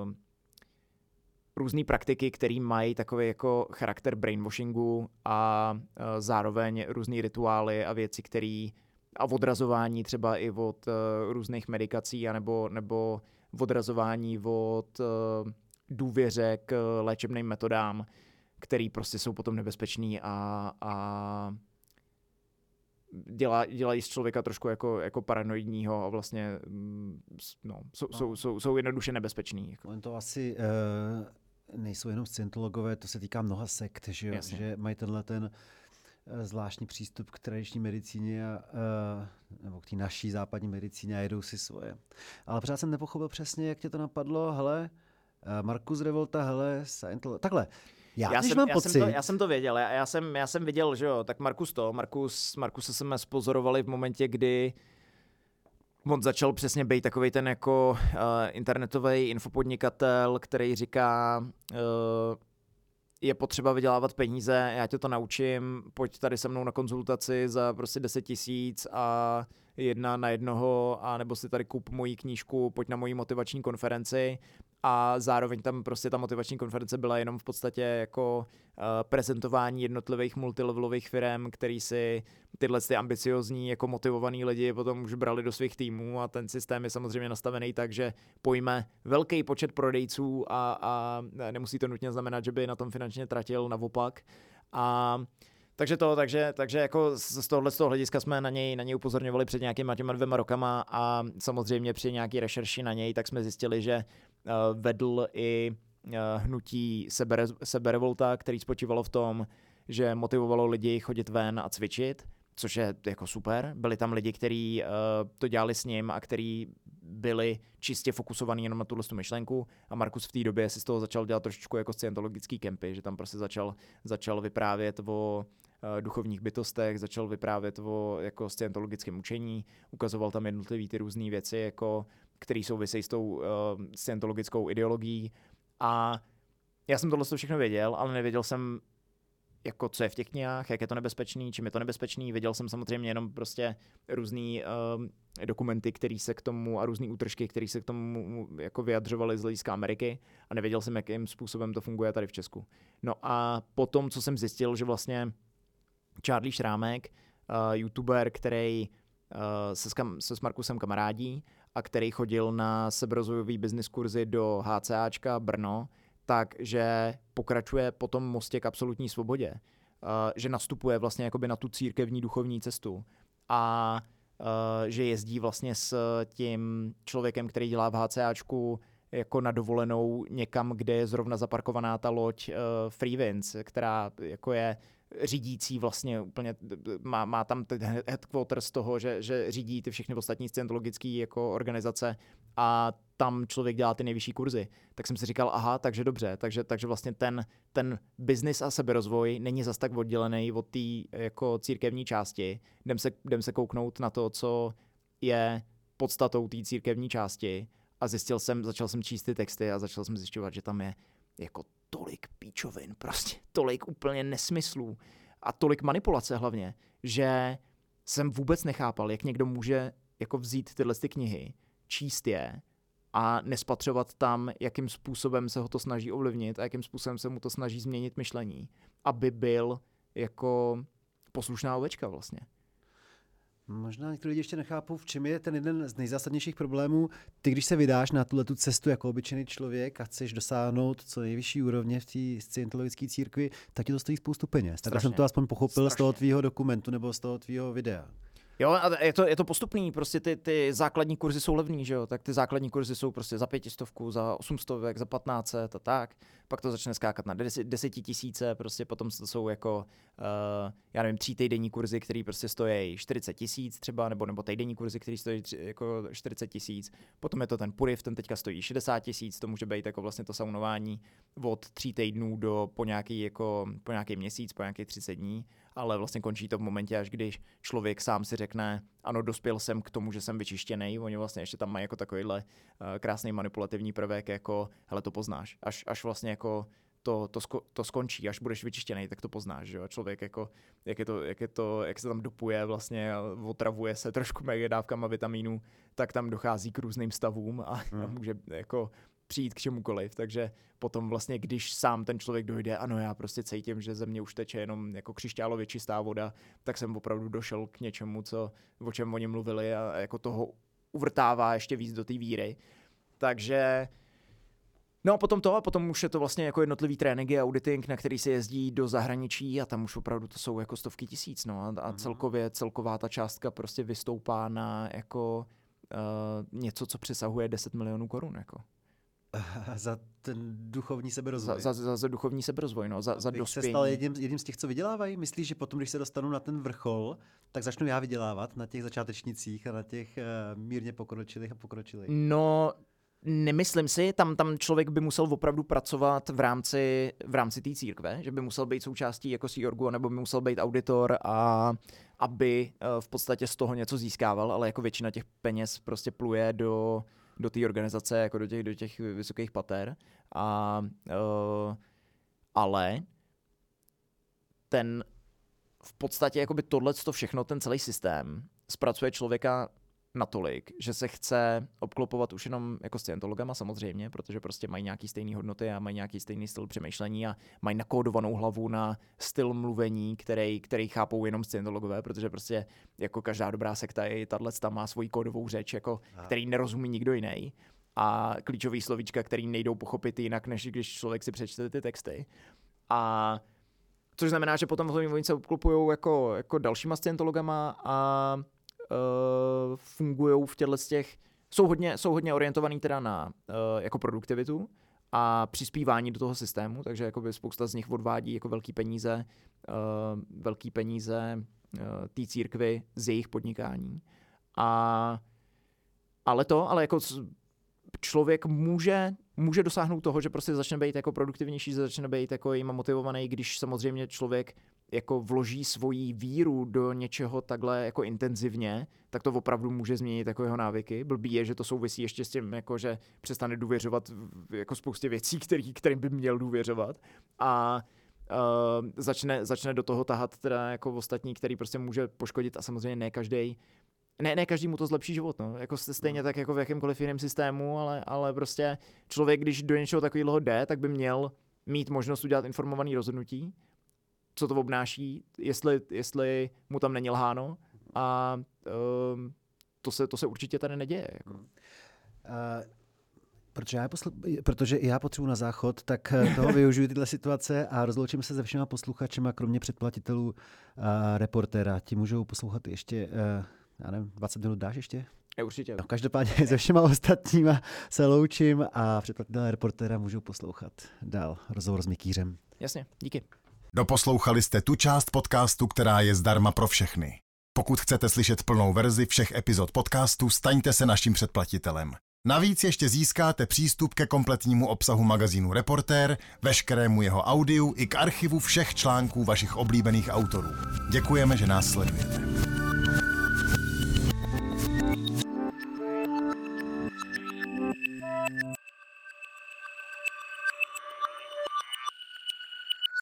různé praktiky, které mají takový jako charakter brainwashingu a uh, zároveň různé rituály a věci, které a odrazování třeba i od uh, různých medikací anebo, nebo odrazování od uh, důvěře k léčebným metodám, který prostě jsou potom nebezpečný a, a dělá, dělají z člověka trošku jako, jako paranoidního a vlastně no, jsou, no. Jsou, jsou, jsou jednoduše nebezpečný. Jako. On to asi uh, nejsou jenom scientologové, to se týká mnoha sekt, že, jo? Že mají tenhle ten zvláštní přístup k tradiční medicíně a, uh, nebo k té naší západní medicíně a jedou si svoje. Ale pořád jsem nepochopil přesně, jak tě to napadlo. Hele, uh, Marcus Revolta, hele, Scientolog. Takhle, já, já, jsem, mám já, pocit... jsem to, já jsem to věděl, já, já, jsem, já jsem viděl, že jo, tak Marcus to, Marcus, Marcuse jsme spozorovali v momentě, kdy on začal přesně být takovej ten jako uh, internetový infopodnikatel, který říká, uh, je potřeba vydělávat peníze, já tě to naučím, pojď tady se mnou na konzultaci za prostě deset tisíc a jedna na jednoho, a nebo si tady kup moji knížku, pojď na moji motivační konferenci. A zároveň tam prostě ta motivační konference byla jenom v podstatě jako uh, prezentování jednotlivých multilevelových firm, který si tyhle ty ambiciozní, jako motivovaný lidi potom už brali do svých týmů, a ten systém je samozřejmě nastavený tak, že pojme velký počet prodejců a, a nemusí to nutně znamenat, že by na tom finančně tratil, naopak. A takže to, takže, takže jako z tohohle z toho hlediska jsme na něj, na něj upozorňovali před nějakýma těma dvěma rokama a samozřejmě při nějaký rešerši na něj, tak jsme zjistili, že uh, vedl i uh, hnutí Sebere, Seberevolta, který spočívalo v tom, že motivovalo lidi chodit ven a cvičit, což je jako super. Byli tam lidi, kteří uh, to dělali s ním a kteří byli čistě fokusovaní jenom na tuhle myšlenku, a Marcus v té době si z toho začal dělat trošičku jako scientologický kempy, že tam prostě začal, začal vyprávět o uh, duchovních bytostech, začal vyprávět o jako scientologickém učení, ukazoval tam jednotlivý ty různé věci, jako, které souvisejí s tou uh, scientologickou ideologií, a já jsem tohle všechno věděl, ale nevěděl jsem, jako co je v těch knihách, jak je to nebezpečný, čím je to nebezpečný. Viděl jsem samozřejmě jenom prostě různý uh, dokumenty, které se k tomu, a různý útržky, které se k tomu jako vyjadřovaly z hlediska Ameriky, a nevěděl jsem, jakým způsobem to funguje tady v Česku. No a potom, co jsem zjistil, že vlastně Charlie Šrámek, uh, youtuber, který uh, se, s kam, se s Markusem kamarádí a který chodil na seberozvojový business kurzy do HCAčka Brno, takže pokračuje po tom mostě k absolutní svobodě, uh, že nastupuje vlastně jakoby na tu církevní duchovní cestu a uh, že jezdí vlastně s tím člověkem, který dělá v HCAčku jako na dovolenou někam, kde je zrovna zaparkovaná ta loď uh, Freewinds, která jako je řídící vlastně úplně, má, má tam headquarters toho, že, že řídí ty všechny ostatní scientologické jako organizace, a tam člověk dělá ty nejvyšší kurzy. Tak jsem si říkal, aha, takže dobře, takže, takže vlastně ten, ten biznis a seberozvoj není zas tak oddělený od té jako církevní části. Jdem se, jdem se kouknout na to, co je podstatou té církevní části, a zjistil jsem, začal jsem číst ty texty a začal jsem zjišťovat, že tam je jako tolik píčovin, prostě tolik úplně nesmyslů a tolik manipulace hlavně, že jsem vůbec nechápal, jak někdo může jako vzít tyhle ty knihy, číst je a nespatřovat tam, jakým způsobem se ho to snaží ovlivnit a jakým způsobem se mu to snaží změnit myšlení, aby byl jako poslušná ovečka vlastně. Možná někteří lidi ještě nechápou, v čem je ten jeden z nejzásadnějších problémů. Ty, když se vydáš na tuhle tu cestu jako obyčejný člověk a chceš dosáhnout co nejvyšší úrovně v té scientologické církvi, tak ti to stojí spoustu peněz. Tak jsem to aspoň pochopil Strašně. z toho tvýho dokumentu nebo z toho tvýho videa. Jo, a je to, je to postupný, prostě ty, ty základní kurzy jsou levný, že jo, tak ty základní kurzy jsou prostě za pětistovku, za osmstovek, za patnáct set a tak, pak to začne skákat na desetitisíce, prostě potom to jsou jako, uh, já nevím, tří týdenní kurzy, který prostě stojí čtyřicet tisíc třeba, nebo, nebo týdenní kurzy, který stojí tři, jako čtyřicet tisíc, potom je to ten Puriv, ten teďka stojí šedesát tisíc, to může být jako vlastně to saunování od tří týdnů do po nějaký, jako, po nějaký měsíc, po nějaký třicet dní, ale vlastně končí to v momentě, až když člověk sám si řekne, ano, dospěl jsem k tomu, že jsem vyčištěnej. Oni vlastně ještě tam mají jako takovýhle uh, krásný manipulativní prvek, jako hele, to poznáš. Až, až vlastně jako to, to, sko, to skončí, až budeš vyčištěný, tak to poznáš, že jo? Člověk jako, jak je to, jak je to, jak se tam dopuje vlastně, otravuje se trošku mega dávkama vitamínů, tak tam dochází k různým stavům a, hmm. a může jako přijít k čemukoliv, takže potom vlastně, když sám ten člověk dojde, ano, já prostě cítím, že ze mě už teče jenom jako křišťálově čistá voda, tak jsem opravdu došel k něčemu, co, o čem oni mluvili a jako toho uvrtává ještě víc do té víry. Takže no a potom to, a potom už je to vlastně jako jednotlivý tréninky a auditing, na který se jezdí do zahraničí a tam už opravdu to jsou jako stovky tisíc, no a, a celkově, celková ta částka prostě vystoupá na jako uh, něco, co přesahuje deset milionů korun, jako. Za ten duchovní seberozvoj. Za, za, za duchovní seberozvoj, no, za, za dospění. Se stal jedním, jedním z těch, co vydělávají? Myslíš, že potom, když se dostanu na ten vrchol, tak začnu já vydělávat na těch začátečnicích a na těch uh, mírně pokročilých a pokročilých? No, nemyslím si, tam, tam člověk by musel opravdu pracovat v rámci v rámci té církve, že by musel být součástí jako Sea Orgu, nebo by musel být auditor a aby uh, v podstatě z toho něco získával, ale jako většina těch peněz prostě pluje do do té organizace, jako do těch, do těch vysokých pater. A, uh, ale ten v podstatě jakoby tohleto všechno, ten celý systém zpracuje člověka natolik, že se chce obklopovat už jenom jako scientologama samozřejmě, protože prostě mají nějaký stejný hodnoty a mají nějaký stejný styl přemýšlení a mají nakódovanou hlavu na styl mluvení, který, který chápou jenom scientologové, protože prostě jako každá dobrá sekta i tato má svoji kódovou řeč, jako, který nerozumí nikdo jiný. A klíčový slovíčka, který nejdou pochopit jinak, než když člověk si přečte ty texty. A což znamená, že potom oni se obklopují jako, jako dalšíma scientologama a Uh, fungují v těchto těch, jsou hodně, jsou hodně orientovaný teda na uh, jako produktivitu a přispívání do toho systému, takže jakoby spousta z nich odvádí jako velký peníze, uh, velký peníze uh, té církvy z jejich podnikání. A, ale to, ale jako člověk může, může dosáhnout toho, že prostě začne být jako produktivnější, začne být jako jim motivovaný, když samozřejmě člověk jako vloží svoji víru do něčeho takhle jako intenzivně, tak to opravdu může změnit jako jeho návyky. Blbý je, že to souvisí ještě s tím, jako že přestane důvěřovat jako spoustě věcí, který, kterým by měl důvěřovat a uh, začne, začne do toho tahat teda jako ostatní, který prostě může poškodit a samozřejmě ne každý. Ne, ne každý mu to zlepší život, no. Jako stejně tak jako v jakémkoliv jiném systému, ale, ale prostě člověk, když do něčeho takového jde, tak by měl mít možnost udělat informovaný rozhodnutí, co to obnáší, jestli, jestli mu tam není lháno a um, to, se, to se určitě tady neděje. Jako. Uh, protože, já poslu- protože já potřebuji na záchod, tak toho využiju tyhle situace a rozloučím se se všema posluchačema, kromě předplatitelů uh, reportéra. Ti můžou poslouchat ještě, uh, já nevím, dvacet minut dáš ještě? Je, určitě. No, každopádně se všema ostatníma se loučím a předplatitelé reportéra můžou poslouchat dál rozhovor s Mikýřem. Jasně, díky. Doposlouchali jste tu část podcastu, která je zdarma pro všechny. Pokud chcete slyšet plnou verzi všech epizod podcastu, staňte se naším předplatitelem. Navíc ještě získáte přístup ke kompletnímu obsahu magazínu Reportér, veškerému jeho audiu i k archivu všech článků vašich oblíbených autorů. Děkujeme, že nás sledujete.